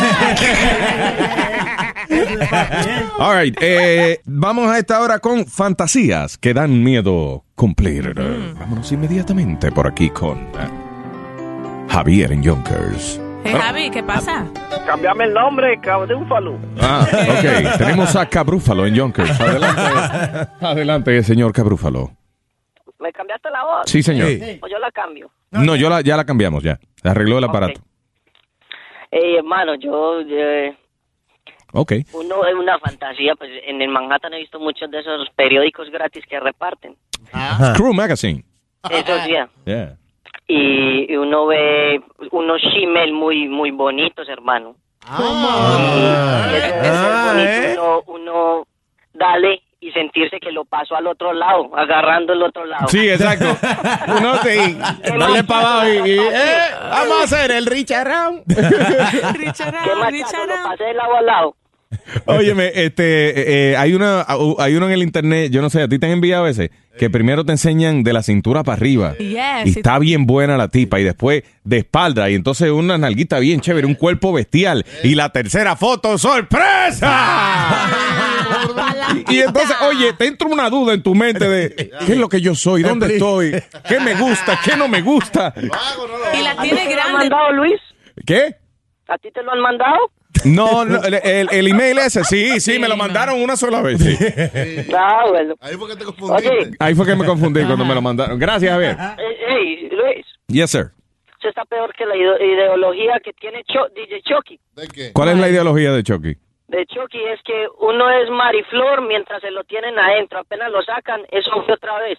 All right, eh, vamos a esta hora con fantasías que dan miedo cumplir. Mm. Vámonos inmediatamente por aquí con uh, Javier en Yonkers. Hey, Javi, ¿qué pasa? Cambiame el nombre, Cabrúfalo. Ah, ok. Tenemos a Cabrúfalo en Yonkers. Adelante, adelante, señor Cabrúfalo. ¿Me cambiaste la voz? Sí, señor. ¿O yo la cambio? No, yo la, ya la cambiamos, ya. Arregló el aparato. Ey, hermano, yo... Eh, Ok. uno es una fantasía, pues en el Manhattan he visto muchos de esos periódicos gratis que reparten. Screw Magazine. Eso sí. Yeah. Y, y uno ve unos shimel muy muy bonitos, hermano. Ah. Y, y eso es bonito, uno, uno dale y sentirse que lo pasó al otro lado, agarrando el otro lado. Sí, exacto. Uno sí, darle para abajo y, y eh, vamos a hacer el richarrón. ¿Qué más chato? Lo pasé de lado a lado. Óyeme, este, eh, hay una, hay uno en el internet, yo no sé, a ti te han enviado ese, que primero te enseñan de la cintura para arriba. Yes, y está bien buena la tipa, y después de espalda, y entonces una nalguita bien chévere, un cuerpo bestial, y la tercera foto, ¡sorpresa! y, y entonces, oye, te entra una duda en tu mente de, ¿qué es lo que yo soy? ¿Dónde estoy? ¿Qué me gusta? ¿Qué no me gusta? Y la tiene ¿A ti te lo han grande. mandado, Luis? ¿Qué? ¿A ti te lo han mandado? No, no el, el, el email ese, sí, sí, me lo mandaron una sola vez. Sí. Ah, bueno. Ahí fue que te confundiste. Oye, Ahí fue que me confundí cuando me lo mandaron. Gracias, Javier. eh, hey, Luis, Yes, sir. eso está peor que la ide- ideología que tiene Cho- D J Chucky. ¿De qué? ¿Cuál es la ideología de Chucky? De Chucky es que uno es mariflor mientras se lo tienen adentro. Apenas lo sacan, eso fue otra vez.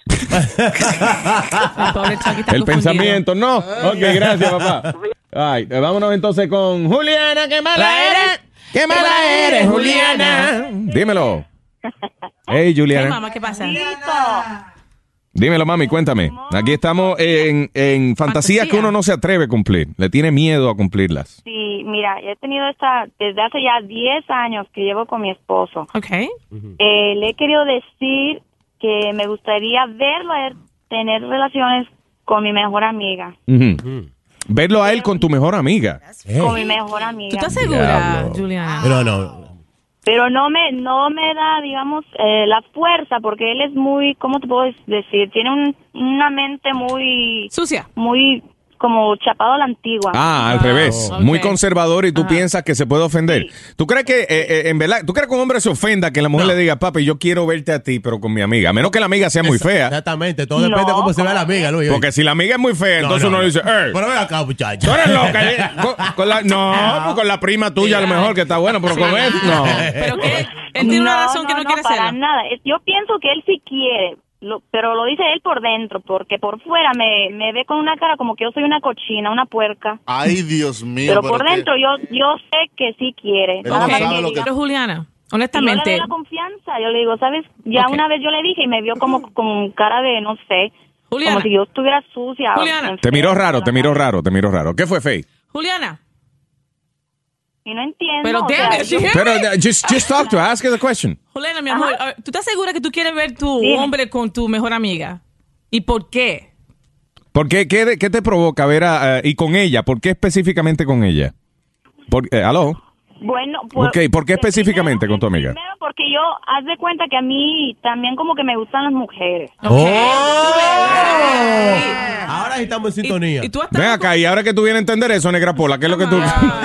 El pobre Chucky está El confundido. pensamiento, no. Ok, gracias, papá. Ay, eh, vámonos entonces con Juliana, qué mala eres. Qué mala eres, Juliana. Dímelo. Hey, Hey, Juliana. mamá, ¿qué pasa? Dímelo, mami, cuéntame. Aquí estamos en, en fantasías que uno no se atreve a cumplir. Le tiene miedo a cumplirlas. Sí, mira, he tenido esta desde hace ya diez años que llevo con mi esposo. Ok. Eh, le he querido decir que me gustaría verlo a él tener relaciones con mi mejor amiga. Ujú. Verlo a él con tu mejor amiga. Con mi mejor amiga. ¿Tú estás segura, Diablo. Juliana? No, no. Pero no me no me da, digamos, eh, la fuerza, porque él es muy, ¿cómo te puedo decir? Tiene un, una mente muy... Sucia. Muy como chapado a la antigua. Ah, al revés. ok. Muy conservador y tú piensas que se puede ofender. ¿Tú crees que, eh, eh, en verdad, tú crees que un hombre se ofenda que la mujer le diga, papi, yo quiero verte a ti, pero con mi amiga? A menos que la amiga sea muy fea. Exactamente, todo depende de cómo se vea la amiga, Luis. Porque si la amiga es muy fea, No, entonces no, uno no. dice, eh, Pero ven acá, muchacha. tú eres loca. eh. Con, con la, no, pues con la prima tuya a lo mejor que está bueno, pero con él, no. ¿Pero qué? Él tiene una razón que no, quiere para hacerlo. nada. Es- Yo pienso que él sí quiere, lo- pero lo dice él por dentro, porque por fuera me, me ve con una cara como que yo soy una cochina, una puerca. Ay, Dios mío. Pero por que- dentro yo yo sé que sí quiere. Él Nada no más sabe que lo diga. Pero Juliana, Y yo le honestamente, doy la confianza, yo le digo, ¿sabes? Ya Ok. una vez yo le dije y me vio como con cara de, no sé, Juliana. como si yo estuviera sucia. Juliana. Te miró raro, te miró raro, te miró raro. ¿Qué fue, Faye? Juliana. Y no entiendo. Pero o sea, damn it, she yo- hit Pero me. uh, just, just talk to her, ask her the question. Juliana, mi amor, a ver, ¿tú estás segura que tú quieres ver tu Dime. hombre con tu mejor amiga? ¿Y por qué? ¿Por qué? ¿Qué, qué te provoca ver a, eh, y con ella? ¿Por qué específicamente con ella? Por, eh, ¿Aló? Bueno, Ok, ¿por qué específicamente con tu amiga? Primero porque yo, haz de cuenta que a mí también como que me gustan las mujeres. Ahora sí estamos en sintonía. ¿Y tú has Ven acá, y ahora que tú vienes a entender eso, Negra Pola, ¿qué es lo que tú...?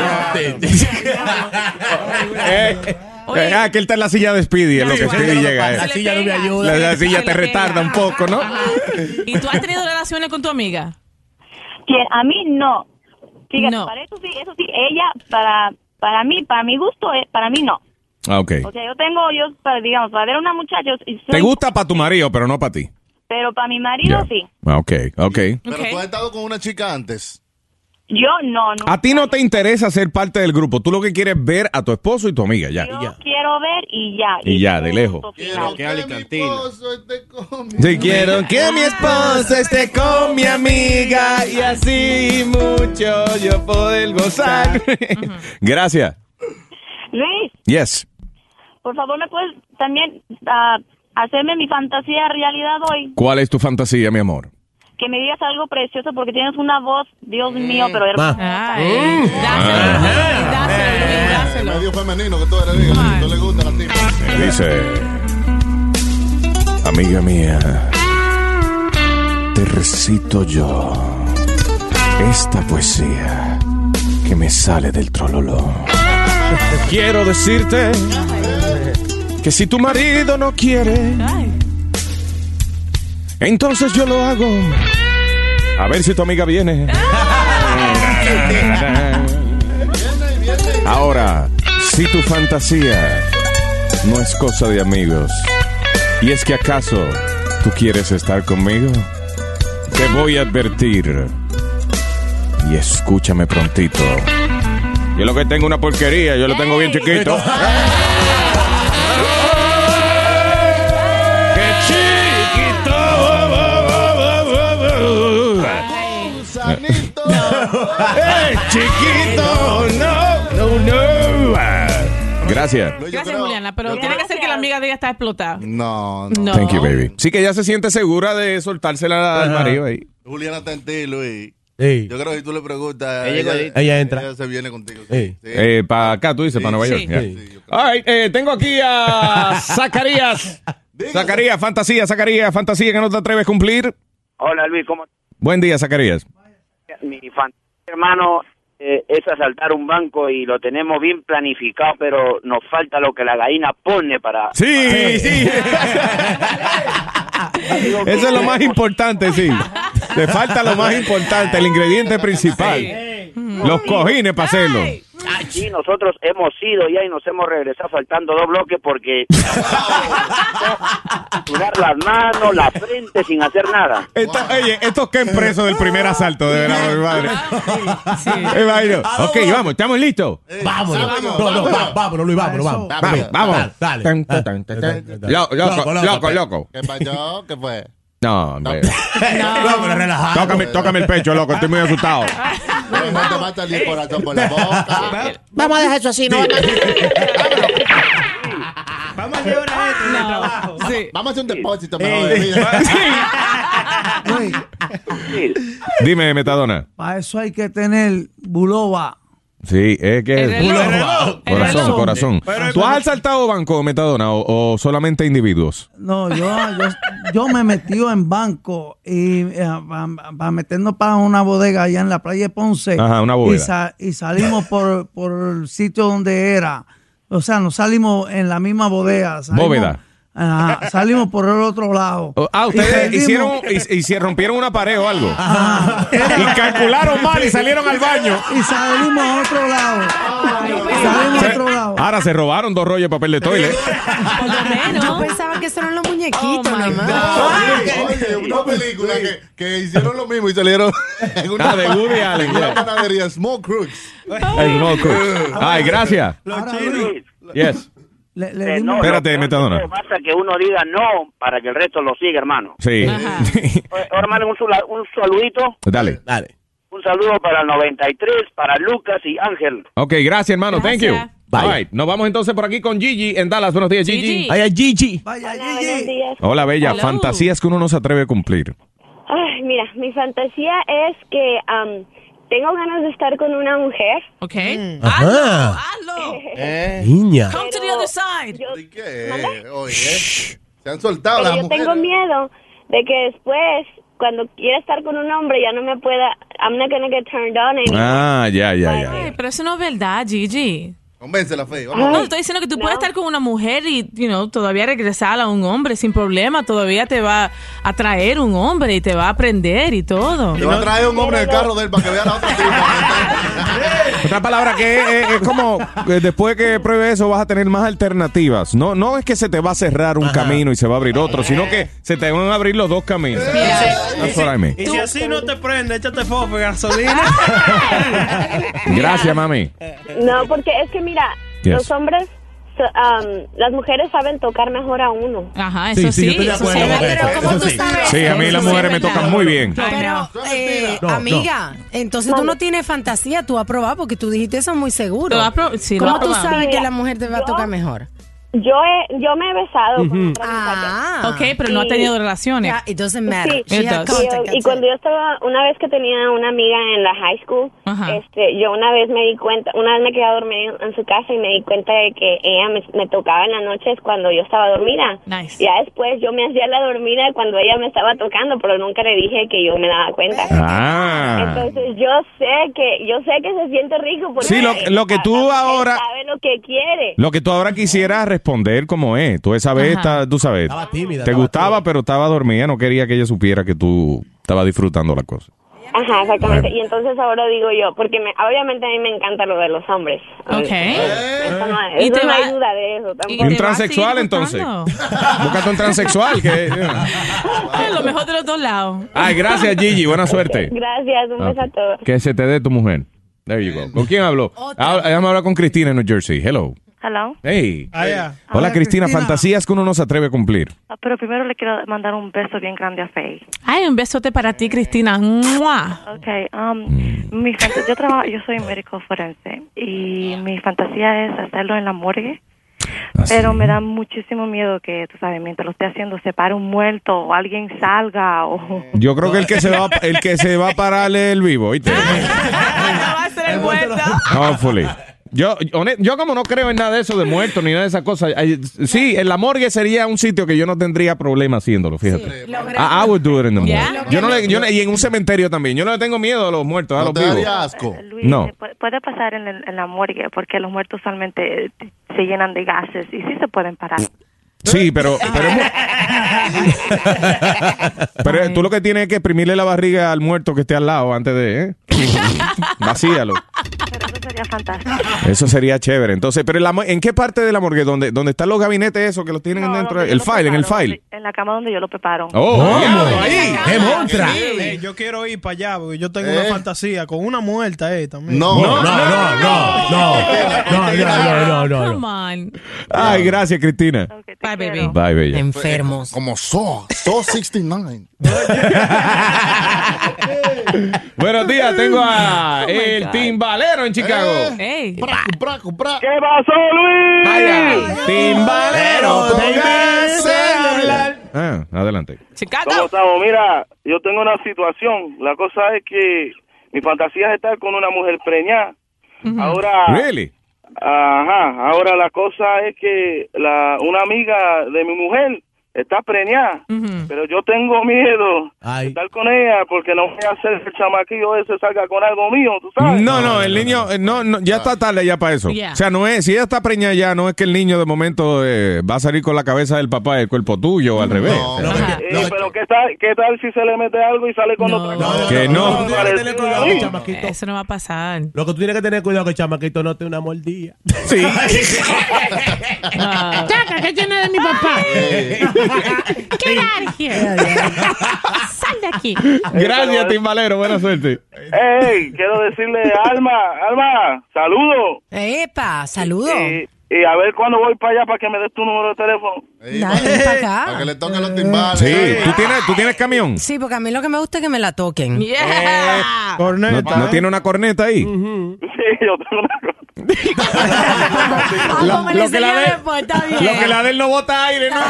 eh, eh, ah, que él está en la silla de Speedy, es lo que Speedy llega. eh. La silla no me ayuda. La, la silla Se te le retarda pega. un poco, ¿no? Ajá. ¿Y tú has tenido relaciones con tu amiga? Que a mí no. Fíjate, No. para eso sí, eso sí, ella, para para mí, para mi gusto, eh, para mí no. Ah, ok. O sea, yo tengo, yo, para, digamos, para ver a una muchacha, yo soy- Te gusta para tu marido, pero no para ti. pero para mi marido Ya. sí. Ah, ok, ok. Pero tú has estado con una chica antes. Yo no, no. A ti no te interesa ser parte del grupo. Tú lo que quieres es ver a tu esposo y tu amiga, ya. Yo quiero ver y ya. Y ya, de lejos. Quiero que mi esposo esté con mi Sí, quiero que mi esposo esté con mi amiga y así mucho yo poder gozar. Gracias. Luis, Yes. por favor, ¿me puedes también ah, hacerme mi fantasía realidad hoy? ¿Cuál es tu fantasía, mi amor? Que me digas algo precioso porque tienes una voz, Dios mío, pero hermosa. Ay, dáselo, Luis, dáselo, Luis, dáselo. medio femenino que tú eres, diga, si tú le gusta a la tipa. Me dice, amiga mía, te recito yo esta poesía que me sale del trololo. Quiero decirte que si tu marido no quiere, entonces yo lo hago. A ver si tu amiga viene. Ahora, si tu fantasía no es cosa de amigos, y es que acaso tú quieres estar conmigo, te voy a advertir. Y escúchame prontito. Yo lo que tengo una porquería, yo lo tengo bien chiquito. ¡Qué chiquito! ¡Eh, chiquito! ¡No! ¡No, no! Gracias. Gracias, Juliana, pero tiene que ser que la amiga de ella está explotada. No, no. Thank you, baby. Sí que ella se siente segura de soltársela al marido ahí. Juliana está en ti, Luis. Sí. Yo creo que si tú le preguntas, Ella, ella, ella entra. Ella se viene contigo. Sí. Sí. Eh, para acá, tú dices, Sí. para Nueva York. Sí. Yeah. Sí. All right, eh, tengo aquí a Zacarías. Zacarías, fantasía, Zacarías, fantasía que no te atreves a cumplir. Hola, Luis, ¿cómo Buen día, Zacarías. Mi fantasía, hermano, eh, es asaltar un banco y lo tenemos bien planificado, pero nos falta lo que la gallina pone para... Sí, para... sí. Eso es lo más importante, sí. Te falta lo más importante, el ingrediente principal. Los cojines para hacerlo. Sí, nosotros hemos ido ya y nos hemos regresado faltando dos bloques porque sudar las manos, la frente sin hacer nada. Esto, oye, estos que presos del primer asalto, de verdad, mi madre. Me imagino. Ok, vamos, ¿estamos listos? Vámonos. No, no, va- vámonos, Luis, vámonos, vamos. Vamos, vamos. Dale, Tan, dale. tan, tan, tan. Loco, loco, loco, loco. ¿Qué pasó? ¿Qué fue? No, hombre. No, pero relajado. Tócame, tócame el pecho, loco, estoy muy asustado. No te va a salir el corazón por la boca. Vamos a dejar eso así, ¿no? Vamos a llevar a esto en el trabajo. Sí. Vamos a hacer un depósito mejor de vida. Dime, Metadona. Para eso hay que tener buloba. Sí, es que El reloj. El reloj. Corazón, El reloj. corazón. Pero- ¿Tú has asaltado banco, Metadona, o, o solamente individuos? No, yo, yo, yo me metí en banco y eh, para meternos para una bodega allá en la playa de Ponce. Ajá, una Y, bóveda. sa- y salimos por, por el sitio donde era. O sea, nos salimos en la misma bodega. Salimos- Bóveda. Ajá, salimos por el otro lado. Oh, ah, Y ustedes perdimos. hicieron y, y se rompieron una pared o algo. Y calcularon mal y salieron al baño. Y salimos a otro lado. Salimos a otro lado. Ahora se robaron dos rollos de papel de toilet. Yo pensaba que esos eran los muñequitos, nada más. Oye, una película que, que hicieron lo mismo y salieron en una, Ah, de Woody Allen, en una yeah. panadería, Small Crooks. Ay, no, cool. Ay, gracias. Yes. Le, le dimos- no, Espérate, no, Metadona. no, basta que uno diga no para que el resto lo siga, hermano. Sí. Eh, hermano, un, sula- un saludito. Dale. Dale. Un saludo para el noventa y tres, para Lucas y Ángel. Ok, gracias, hermano. Thank you. Gracias. Bye. All right. Nos vamos entonces por aquí con Gigi en Dallas. Buenos días, Gigi. Gigi. Ay, ay, Gigi. Vaya, Gigi. Hola, bella. Hello. Fantasías que uno no se atreve a cumplir. Ay, mira, mi fantasía es que am, tengo ganas de estar con una mujer. Ok. Ajá. Niña. Come to the other side. ¿Qué? Oye, se han soltado Pero las yo mujeres. tengo miedo de que después, cuando quiera estar con un hombre, ya no me pueda. I'm not gonna get turned on anymore. Ah, ya, ya, ya. Ay, pero eso no es verdad, Gigi. Convéncela, Fe. No, estoy diciendo que tú puedes estar con una mujer y, you know, todavía regresar a un hombre sin problema. Todavía te va a atraer un hombre y te va a aprender y todo. Te va a traer un hombre en el carro de él para que vea la otra Otra palabra que es, es- es como eh, después que pruebes eso vas a tener más alternativas. No, no es que se te va a cerrar un camino y se va a abrir otro, sino que se te van a abrir los dos caminos. That's what I mean. Y si así no te prende, échate fofo y gasolina. Gracias, mami. No, porque es que mira, Yes. los hombres, so- um, las mujeres saben tocar mejor a uno. Ajá, Sí, sí, yo estoy de eso acuerdo sí. con Pero eso. ¿cómo Eso tú sí. sabes? Sí, a mí las Eso mujeres sí me es verdad. tocan muy bien. Pero, eh, No, amiga, entonces tú no tienes fantasía, tú has probado porque tú dijiste eso muy seguro. Lo ha pro- sí, lo ¿Cómo ha tú probado. sabes que Mira, la mujer te va a yo- tocar mejor? Yo he, yo me he besado con Ujú. otra muchacha. Ah. Ok, pero no ha tenido relaciones. Yeah, it doesn't matter. Sí, She It had does. contact, y, y that's cuando it. yo estaba, una vez que tenía una amiga en la high school, Ajá. este, yo una vez me di cuenta, una vez me quedé a dormir en, en su casa y me di cuenta de que ella me, me tocaba en las noches cuando yo estaba dormida. Nice. Ya después yo me hacía la dormida cuando ella me estaba tocando, pero nunca le dije que yo me daba cuenta. Ah. Entonces yo sé que, yo sé que se siente rico porque Sí, lo, lo que tú la- la mujer ahora... sabe lo que quiere. Lo que tú ahora quisieras responder como es. Tú esa vez, Ajá. está- tú sabes, Estaba tímida, te estaba gustaba, pero estaba dormida. No quería que ella supiera que tú estabas disfrutando la cosa. Ajá, exactamente. Bueno. Y entonces ahora digo yo, porque me, obviamente a mí me encanta lo de los hombres. Ok. Eso no, hay- Y eso te no hay va- duda de eso Y tampoco. un transexual, entonces. Búscate un transexual. Que, Es lo mejor de los dos lados. Ay, gracias, Gigi. Buena suerte. Gracias, un beso a todos. Que se te dé tu mujer. There you go. ¿Con quién hablo? Ah, Déjame hablar con Cristina en New Jersey. Hello. Hello. Hey. Ah, yeah. Hola, Hola, Cristina. Cristina. Fantasías que uno no se atreve a cumplir. Ah, Pero primero le quiero mandar un beso bien grande a Faye. Ay, un besote para ti, Cristina. ¡Mua! Okay, um, mi fant- yo trabajo, yo soy médico forense y mi fantasía es hacerlo en la morgue. Pero me da muchísimo miedo que, tú sabes, mientras lo esté haciendo se pare un muerto o alguien salga o... Yo creo que el que se va, el que se va a parar es el vivo, ¿oíste? Va a ser el muerto. Hopefully. Yo, honet- yo como no creo en nada de eso de muertos ni nada de esas cosas. ay, Sí, en la morgue sería un sitio que yo no tendría problema haciéndolo, fíjate. I, I would do it in the morgue. Yeah. Yo no le, yo no- y en un cementerio también. Yo no le tengo miedo a los muertos, a los vivos. Luis, No. eh, pu- puede pasar en, el- en la morgue porque los muertos usualmente eh, se llenan de gases y sí se pueden parar. Sí, pero pero, es mu- pero tú lo que tienes es que exprimirle la barriga al muerto que esté al lado antes de, ¿eh? Vacíalo. Pero eso sería fantástico. Eso sería chévere. Entonces, pero en, la mo- ¿en qué parte de la morgue? ¿Dónde, dónde están los gabinetes esos que los tienen No, dentro? donde yo El lo file, en el preparo, file. En la cama donde yo lo preparo. Oh, ¿Cómo? ahí. ¡Qué montra! Eh, yo quiero ir para allá porque yo tengo Eh. una fantasía con una muerta eh, también. No, no, no, no, no, no, no, no, no, no. Come on. Ay, gracias, Cristina. Bye, baby. Bye, bella. Enfermos. Como Saw, Saw sesenta y nueve. Buenos días, tengo a Oh my el God. timbalero en Chicago. Hey. ¿Qué pasó, Luis? Vaya, timbalero, póngase a hablar. Ah, adelante. ¿Cómo estamos? Mira, yo tengo una situación. La cosa es que mi fantasía es estar con una mujer preñada. Ahora, Really? ajá, ahora la cosa es que la una amiga de mi mujer está preñada, pero yo tengo miedo de estar con ella porque no voy a hacer que el chamaquillo ese salga con algo mío, ¿tú sabes? No, no, el niño, eh, no, no, ya está tarde ya para eso. Yeah. O sea, no es, si ella está preñada ya, no es que el niño de momento eh, va a salir con la cabeza del papá y el cuerpo tuyo o al revés. O sea, Eh, pero ¿qué tal, ¿qué tal si se le mete algo y sale con otra cosa? que no. Tú tienes que tener cuidado que el chamaquito. Eso no va a pasar. Lo que tú tienes que tener cuidado que el chamaquito no te una mordida. Sí. Chaca, ¿qué tiene de mi papá? Get out of here. Sal de aquí. Gracias, timbalero, buena suerte. Hey, quiero decirle, Alma, Alma, saludo. Epa, saludo. Y, y a ver cuándo voy para allá para que me des tu número de teléfono. Dale, ven para acá. Para que le toquen los timbales. Sí, ¿tú tienes, ¿tú tienes camión? Sí, porque a mí lo que me gusta es que me la toquen. ¿No, no tiene una corneta ahí? Sí, yo tengo una Lo, lo que la de, lo que la de él no bota aire, ¿no?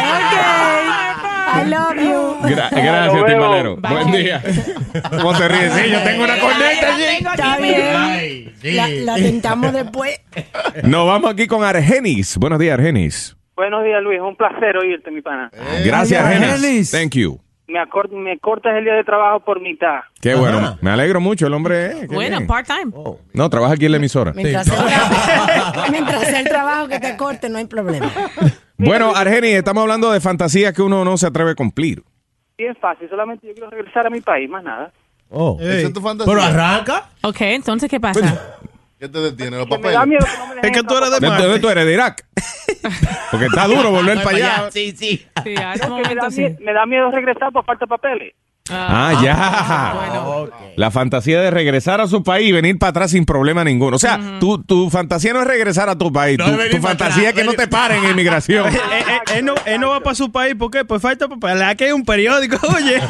I love you. Gra- gracias, timbalero. Buen día. ¿Cómo se ríe? Sí, yo tengo una corneta allí. Está bien. La, la tentamos después. Nos vamos aquí con Argenis. Buenos días, Argenis. Buenos días, Luis. Un placer oírte, mi pana. Gracias, Ay, Argenis. Argenis. Thank you. Me, acor- me cortas el día de trabajo por mitad. Qué bueno. Me alegro mucho el hombre. eh, qué Bueno, bien. part-time. No, trabaja aquí en la emisora. Mientras, sea el, mientras sea el trabajo que te corte, no hay problema. Bueno, Argenis, estamos hablando de fantasías que uno no se atreve a cumplir. Bien fácil. Solamente yo quiero regresar a mi país, más nada. Oh. ¿Esa es tu fantasía? Pero arranca. Ok, entonces, ¿qué pasa? ¿Qué te detiene? ¿Los Me da papeles? miedo que no me dejen Es que tú eres de ¿De Marte. dónde tú eres? ¿De Irak? Porque está duro volver para allá. Sí, sí. Sí, a ese Porque me, da momento sí. mie- me da miedo regresar por falta de papeles. Ah, ya. Okay. La fantasía de regresar a su país y venir para atrás sin problema ninguno. O sea, uh-huh. tu, tu fantasía no es regresar a tu país. No tu, tu fantasía es que no te paren en inmigración. él, él, él, no, él no va para su país. ¿Por qué? Pues falta papel. Aquí hay un periódico, oye.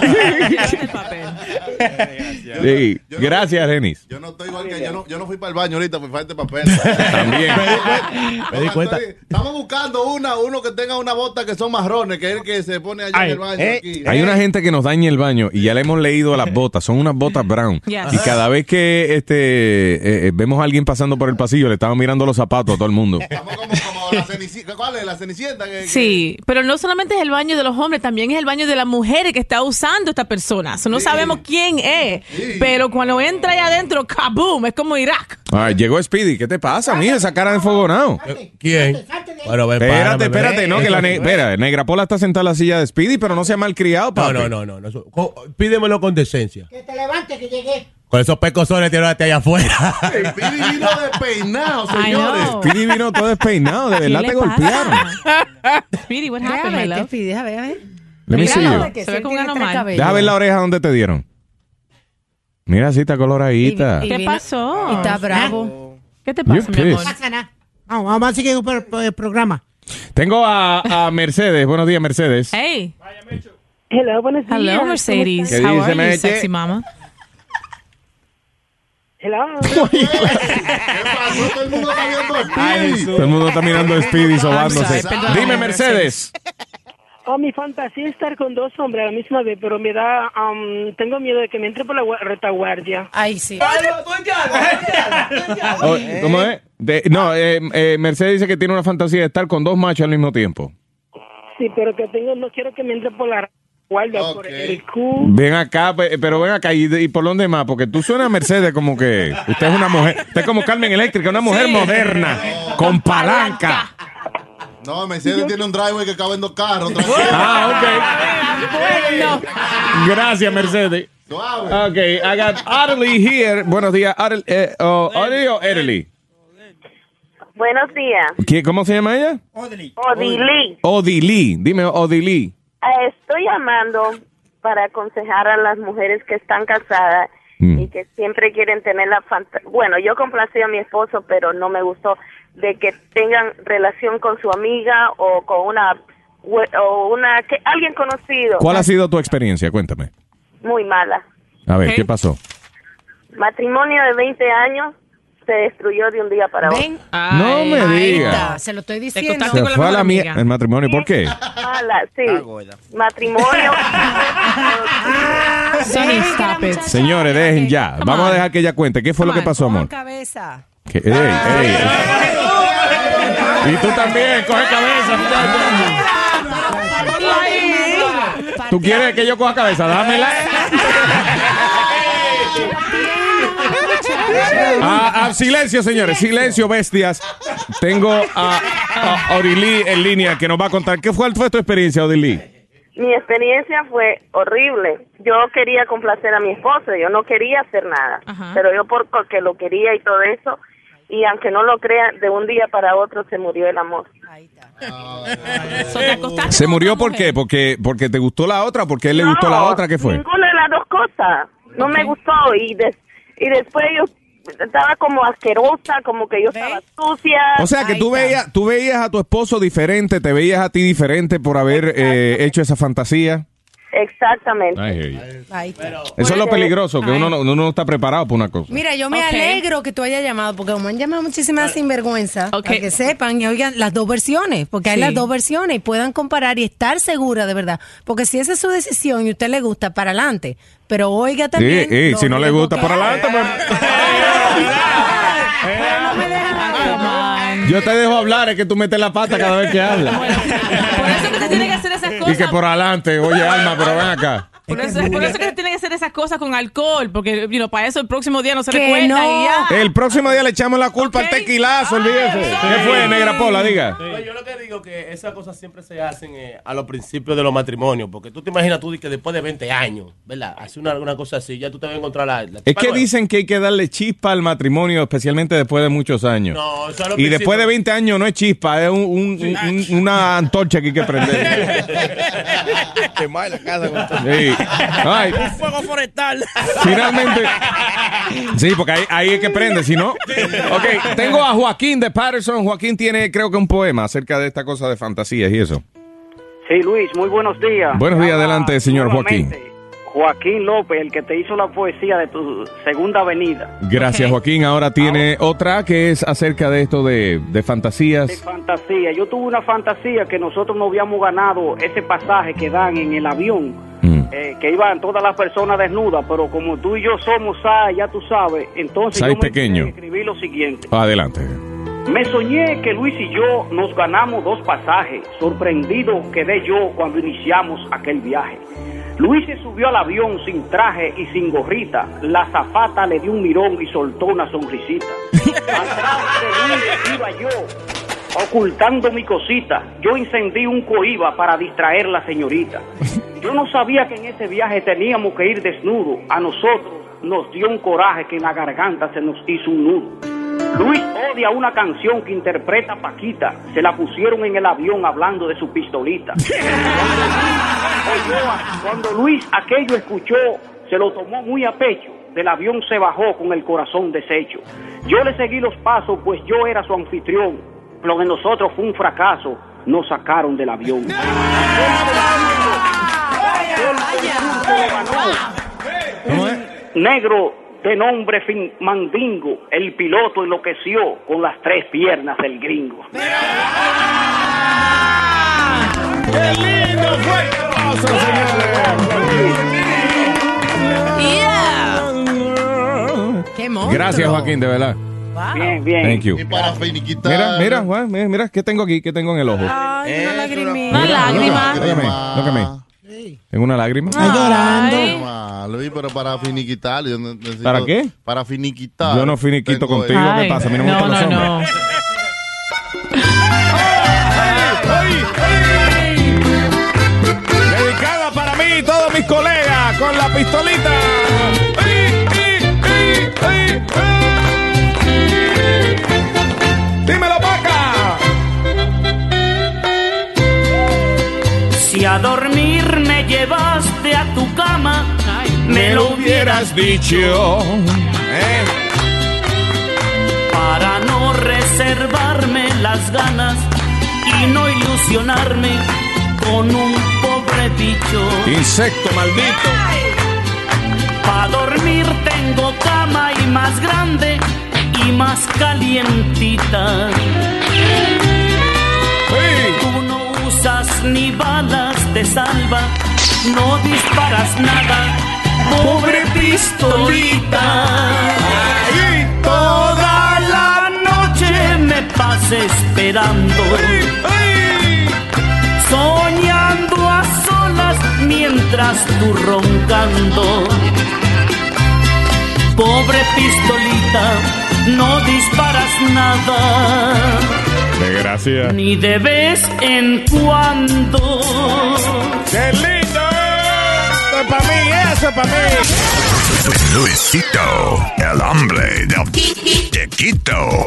Sí. Gracias, Denis. Yo no estoy igual que yo no, yo no fui para el baño ahorita, pues falta papel. También. Me di cuenta. Estamos buscando una, uno que tenga una bota que son marrones, que es el que se pone allá Ay, en el baño. Eh, aquí. Hay una gente que nos daña el baño y ya le hemos leído las botas. Son unas botas brown. Yes. Y cada vez que este eh, vemos a alguien pasando por el pasillo, le estamos mirando los zapatos a todo el mundo. Estamos como, como la cenicienta. ¿Cuál es? La cenicienta. Que, sí, que... pero no solamente es el baño de los hombres, también es el baño de las mujeres que está usando esta persona. So, no sí. sabemos quién es, sí. pero cuando entra ahí adentro, ¡kaboom! Es como Irak. Ay, llegó Speedy. ¿Qué te pasa, mija? Esa cara de enfogonado. ¿Quién? Bueno, ven, espérate, para, espérate. No, que la ne espera, Negra Pola está sentada en la silla de Speedy, pero no sea malcriado, papi. No, no, no, no. no. Pídemelo con decencia. Que te levante, que llegué. Con esos pecosones tiraste allá afuera. Speedy vino despeinado, señores. Speedy vino todo despeinado. De verdad te golpearon. Speedy, what happened, my love? Speedy, déjame ver. Let me see you. Se ve como una normal. Deja ver la oreja donde te dieron. Mira, sí, está coloradita. ¿Qué pasó? Y está bravo. ¿Qué te pasa, mi amor? Vamos, vamos a seguir con el programa. Tengo a, a Mercedes. Buenos días, Mercedes. Hey. Hello, buenos días. Hello, Mercedes. ¿Qué How dice, are Meche? you, sexy mama? Hello. ¿Qué pasó? Todo el mundo está viendo a Speedy. Todo el mundo está mirando a Speedy sobándose. Dime, Mercedes. Oh, mi fantasía es estar con dos hombres a la misma vez, pero me da, um, tengo miedo de que me entre por la retaguardia. Ay, sí. Oh, ¿cómo es? De, no, eh, eh, Mercedes dice que tiene una fantasía de estar con dos machos al mismo tiempo. Sí, pero que tengo, no quiero que me entre por la retaguardia, okay. por el cu. Ven acá, pero ven acá, ¿y, y por dónde más? Porque tú suenas a Mercedes como que usted es una mujer, usted es como Carmen Eléctrica, una mujer sí. moderna, no. con palanca. No, Mercedes tiene un driveway que cabe en dos carros. Ah, ok. Bueno. Gracias, Mercedes. Suave. Ok, I got Adelie here. Buenos días, Adelie. Eh, oh, ¿Adelie o Adelie? Buenos días. ¿Qué, ¿Cómo se llama ella? Odili. Odili. Odili. Dime, Odili. Estoy llamando para aconsejar a las mujeres que están casadas mm. y que siempre quieren tener la fantasía. Bueno, yo complací a mi esposo, pero no me gustó de que tengan relación con su amiga o con una o una que alguien conocido. ¿Cuál ha sido tu experiencia? Cuéntame. Muy mala. A ver, ¿qué, ¿qué pasó? Matrimonio de veinte años se destruyó de un día para otro. Ay, no me digas. Se lo estoy diciendo. Se fue a la mía el matrimonio. ¿Por qué? Mala, sí. Matrimonio. Señores, dejen ya. Come Vamos on. a dejar que ella cuente. ¿Qué fue Come lo que pasó, amor? Cabeza. ¿Qué? Ey, ey. Y tú también, coge cabeza. ¿Tú quieres que yo coja cabeza? Dámela. Ah, ah, silencio, señores, silencio, bestias. Tengo a, a Odili en línea que nos va a contar. ¿Qué fue, fue tu experiencia, Odili? Mi experiencia fue horrible. Yo quería complacer a mi esposo, yo no quería hacer nada. Ajá. Pero yo porque lo quería y todo eso, y aunque no lo crean, de un día para otro se murió el amor. Ahí está. ¿Se murió por qué? ¿Porque, porque te gustó la otra? ¿Porque él le no, gustó la otra? ¿Qué fue? Ninguna de las dos cosas. No okay. me gustó y, de, y después yo estaba como asquerosa, como que yo ¿Ve? estaba sucia. O sea, que tú veías, tú veías a tu esposo diferente, te veías a ti diferente por haber eh, hecho esa fantasía. Exactamente. Ay, ay. Pero, eso es lo peligroso, que uno no, uno no está preparado para una cosa. Mira, yo me okay. alegro que tú hayas llamado, porque como han llamado muchísimas sinvergüenza, okay. para que sepan y oigan las dos versiones, porque sí. hay las dos versiones y puedan comparar y estar segura de verdad. Porque si esa es su decisión y a usted le gusta, para adelante. Pero oiga también. Sí, sí, si no le gusta, para adelante, pues. No me dejan. Yo te dejo hablar, es que tú metes la pata cada vez que hablas. Bueno, por eso que se tiene que hacer esas cosas. Y que por adelante, oye, Alma, pero ven acá. Por eso, por eso que se tienen que hacer esas cosas con alcohol, porque you know, para eso el próximo día no se recuerda no. y ya. El próximo día le echamos la culpa okay. al tequilazo, olvídese. ¿Qué fue, Negra Pola? Diga. Sí. yo lo que digo que esas cosas siempre se hacen eh, a los principios de los matrimonios, porque tú te imaginas tú que después de veinte años, ¿verdad? Hace una, una cosa así, ya tú te vas a encontrar la... la Es que nueva. dicen que hay que darle chispa al matrimonio, especialmente después de muchos años. No, eso es lo y principio. después de veinte años no es chispa, es un, un- un- una antorcha que hay que prender. Quemar la casa con todo. Sí. Ay, Un fuego forestal. finalmente. Sí, porque ahí, ahí es que prende, si no. Ok, tengo a Joaquín de Patterson. Joaquín tiene, creo que un poema acerca de esta cosa de fantasías y eso. Sí, Luis, muy buenos días. Buenos días, Habla adelante, señor Joaquín. nuevamente Joaquín López, el que te hizo la poesía de tu segunda avenida. Gracias, Joaquín. Ahora tiene otra que es acerca de esto de, de fantasías. De fantasía. Yo tuve una fantasía que nosotros no habíamos ganado ese pasaje que dan en el avión, eh, que iban todas las personas desnudas, pero como tú y yo somos S A I, ya tú sabes, entonces S A I yo me pequeño. escribí lo siguiente. Adelante. Me soñé que Luis y yo nos ganamos dos pasajes. Sorprendido quedé yo cuando iniciamos aquel viaje. Luis se subió al avión sin traje y sin gorrita. La azafata le dio un mirón y soltó una sonrisita. Atrás de Luis iba yo, ocultando mi cosita. Yo encendí un coiba para distraer a la señorita. Yo no sabía que en ese viaje teníamos que ir desnudo. A nosotros nos dio un coraje que en la garganta se nos hizo un nudo. Luis odia una canción que interpreta Paquita. Se la pusieron en el avión hablando de su pistolita. Cuando, cuando Luis aquello escuchó, se lo tomó muy a pecho. Del avión se bajó con el corazón deshecho. Yo le seguí los pasos, pues yo era su anfitrión. Lo de nosotros fue un fracaso. Nos sacaron del avión. ¿Cómo es? Negro de nombre fin Mandingo, el piloto enloqueció con las tres piernas del gringo. ¡Qué lindo! ¡Fuerte aplauso, señores! ¡Qué monstruo! Gracias, Joaquín, de verdad. Bien, bien. Thank you. Y para finiquitar. Mira, mira, Juan, mira, mira, ¿qué tengo aquí? ¿Qué tengo en el ojo? Ay, una lagrimita. Una lágrima. Lócame, lócame. ¿Tengo una lágrima? Está llorando. Ah, Luis, pero para finiquitar. Yo necesito- ¿Para qué? Para finiquitar. Yo no finiquito Tengo contigo. eso. ¿Qué Ay, pasa? A mí no me no, gustan los no, no. hombres. Dedicada para mí y todos mis colegas con la pistolita. ¡Ay, ay, ay, ay, ay! ¡Dímelo, Paca! Si a dormir me llevaste a tu cama, me lo hubieras dicho. eh, para no reservarme las ganas y no ilusionarme con un pobre bicho. Insecto maldito. Pa' dormir tengo cama y más grande y más calientita. Tú no usas ni balas de salva, no disparas nada, pobre pistolita. Toda la noche me pasé esperando, soñando a solas mientras tú roncando. Pobre pistolita, no disparas nada, Desgracia. ni de vez en cuando. ¡Qué lindo! Esto es para mí, eso es para mí. Luisito, el hombre de Quito.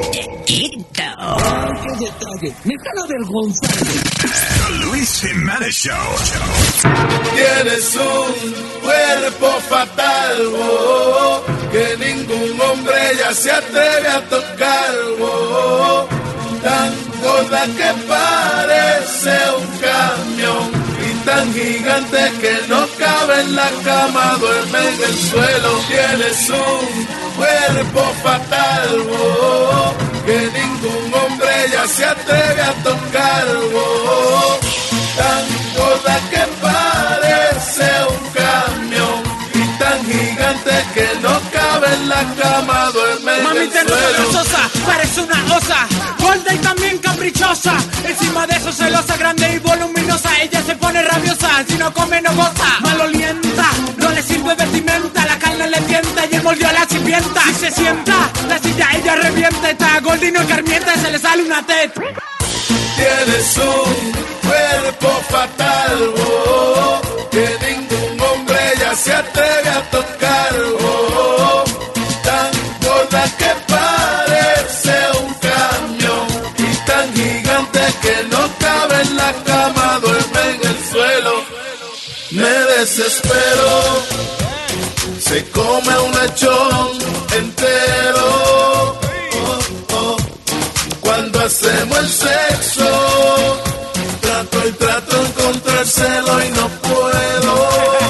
Me están avergonzando. The Luis Jiménez Show. Tienes un cuerpo fatal, oh, que ningún hombre ya se atreve a tocar, oh, tan gorda que parece un camión y tan gigante que no cabe en la cama, duerme en el suelo. Tienes un cuerpo fatal, oh, que ningún hombre ya se atreve a tocar, oh, tan gorda que parece un camión y tan gigante que no cabe en la cama, duerme en Mamita el no suelo. sosa, parece una osa, gorda y también caprichosa. Encima de eso celosa, grande y voluminosa. Ella se pone rabiosa, si no come no goza. Malolienta, no le sirve vestimenta. La carne le tienta y el mordió a la sirvienta. Si se sienta, la silla ella revienta. Está gorda y no escarmienta, se le sale una teta. Tienes un cuerpo fatal, oh, que ningún hombre ya se atreve a tocar, oh, tan gorda que parece un camión y tan gigante que no cabe en la cama, duerme en el suelo. Me desespero, se come un lechón entero, oh, oh. Cuando hacemos el sexo, trato y trato de encontrárselo y no puedo.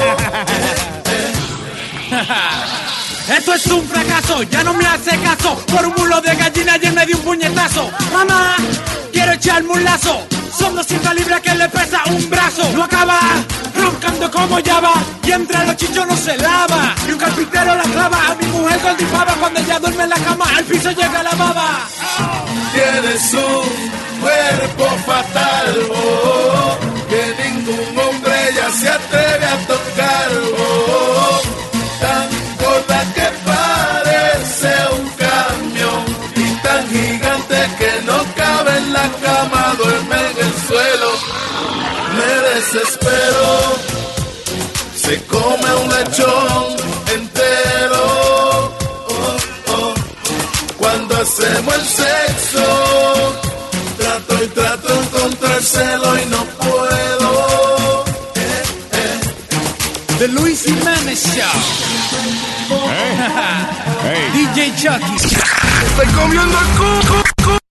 Esto es un fracaso, ya no me hace caso. Por un mulo de gallina y él me dio un puñetazo. Mamá, quiero echarme un lazo. Son doscientas libras que le pesa un brazo. No acaba, roncando como Java. Y entre los chichos no se lava. Y un carpintero la clava. A mi mujer goldifaba cuando ella duerme en la cama. Al piso llega la baba. Tienes un cuerpo fatal, oh, que ningún hombre ya se atreve a tocar, oh, tan gorda que parece un camión y tan gigante que no cabe en la cama, duerme en el suelo. Me desespero, se come un lechón entero, oh, oh. Cuando hacemos el sexo, trato y trato de encontrárselo y no puedo. Eh, eh. The Luis Jiménez Show. Hey. D J Chucky. Estoy comiendo coco.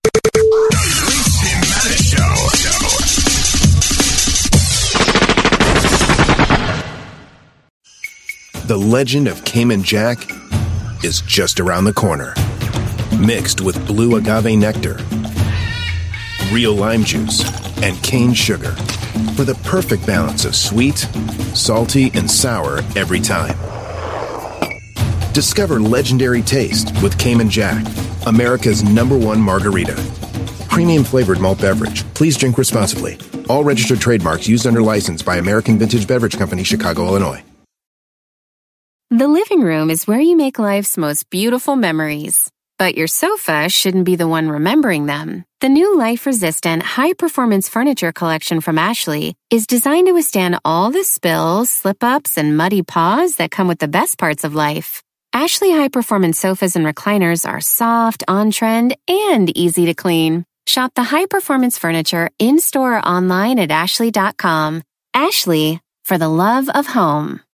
The legend of Cayman Jack is just around the corner. Mixed with blue agave nectar, real lime juice, and cane sugar for the perfect balance of sweet, salty, and sour every time. Discover legendary taste with Cayman Jack, America's number one margarita. Premium flavored malt beverage. Please drink responsibly. All registered trademarks used under license by American Vintage Beverage Company, Chicago, Illinois. The living room is where you make life's most beautiful memories. But your sofa shouldn't be the one remembering them. The new life-resistant, high-performance furniture collection from Ashley is designed to withstand all the spills, slip-ups, and muddy paws that come with the best parts of life. Ashley high-performance sofas and recliners are soft, on-trend, and easy to clean. Shop the high-performance furniture in-store or online at ashley dot com. Ashley, for the love of home.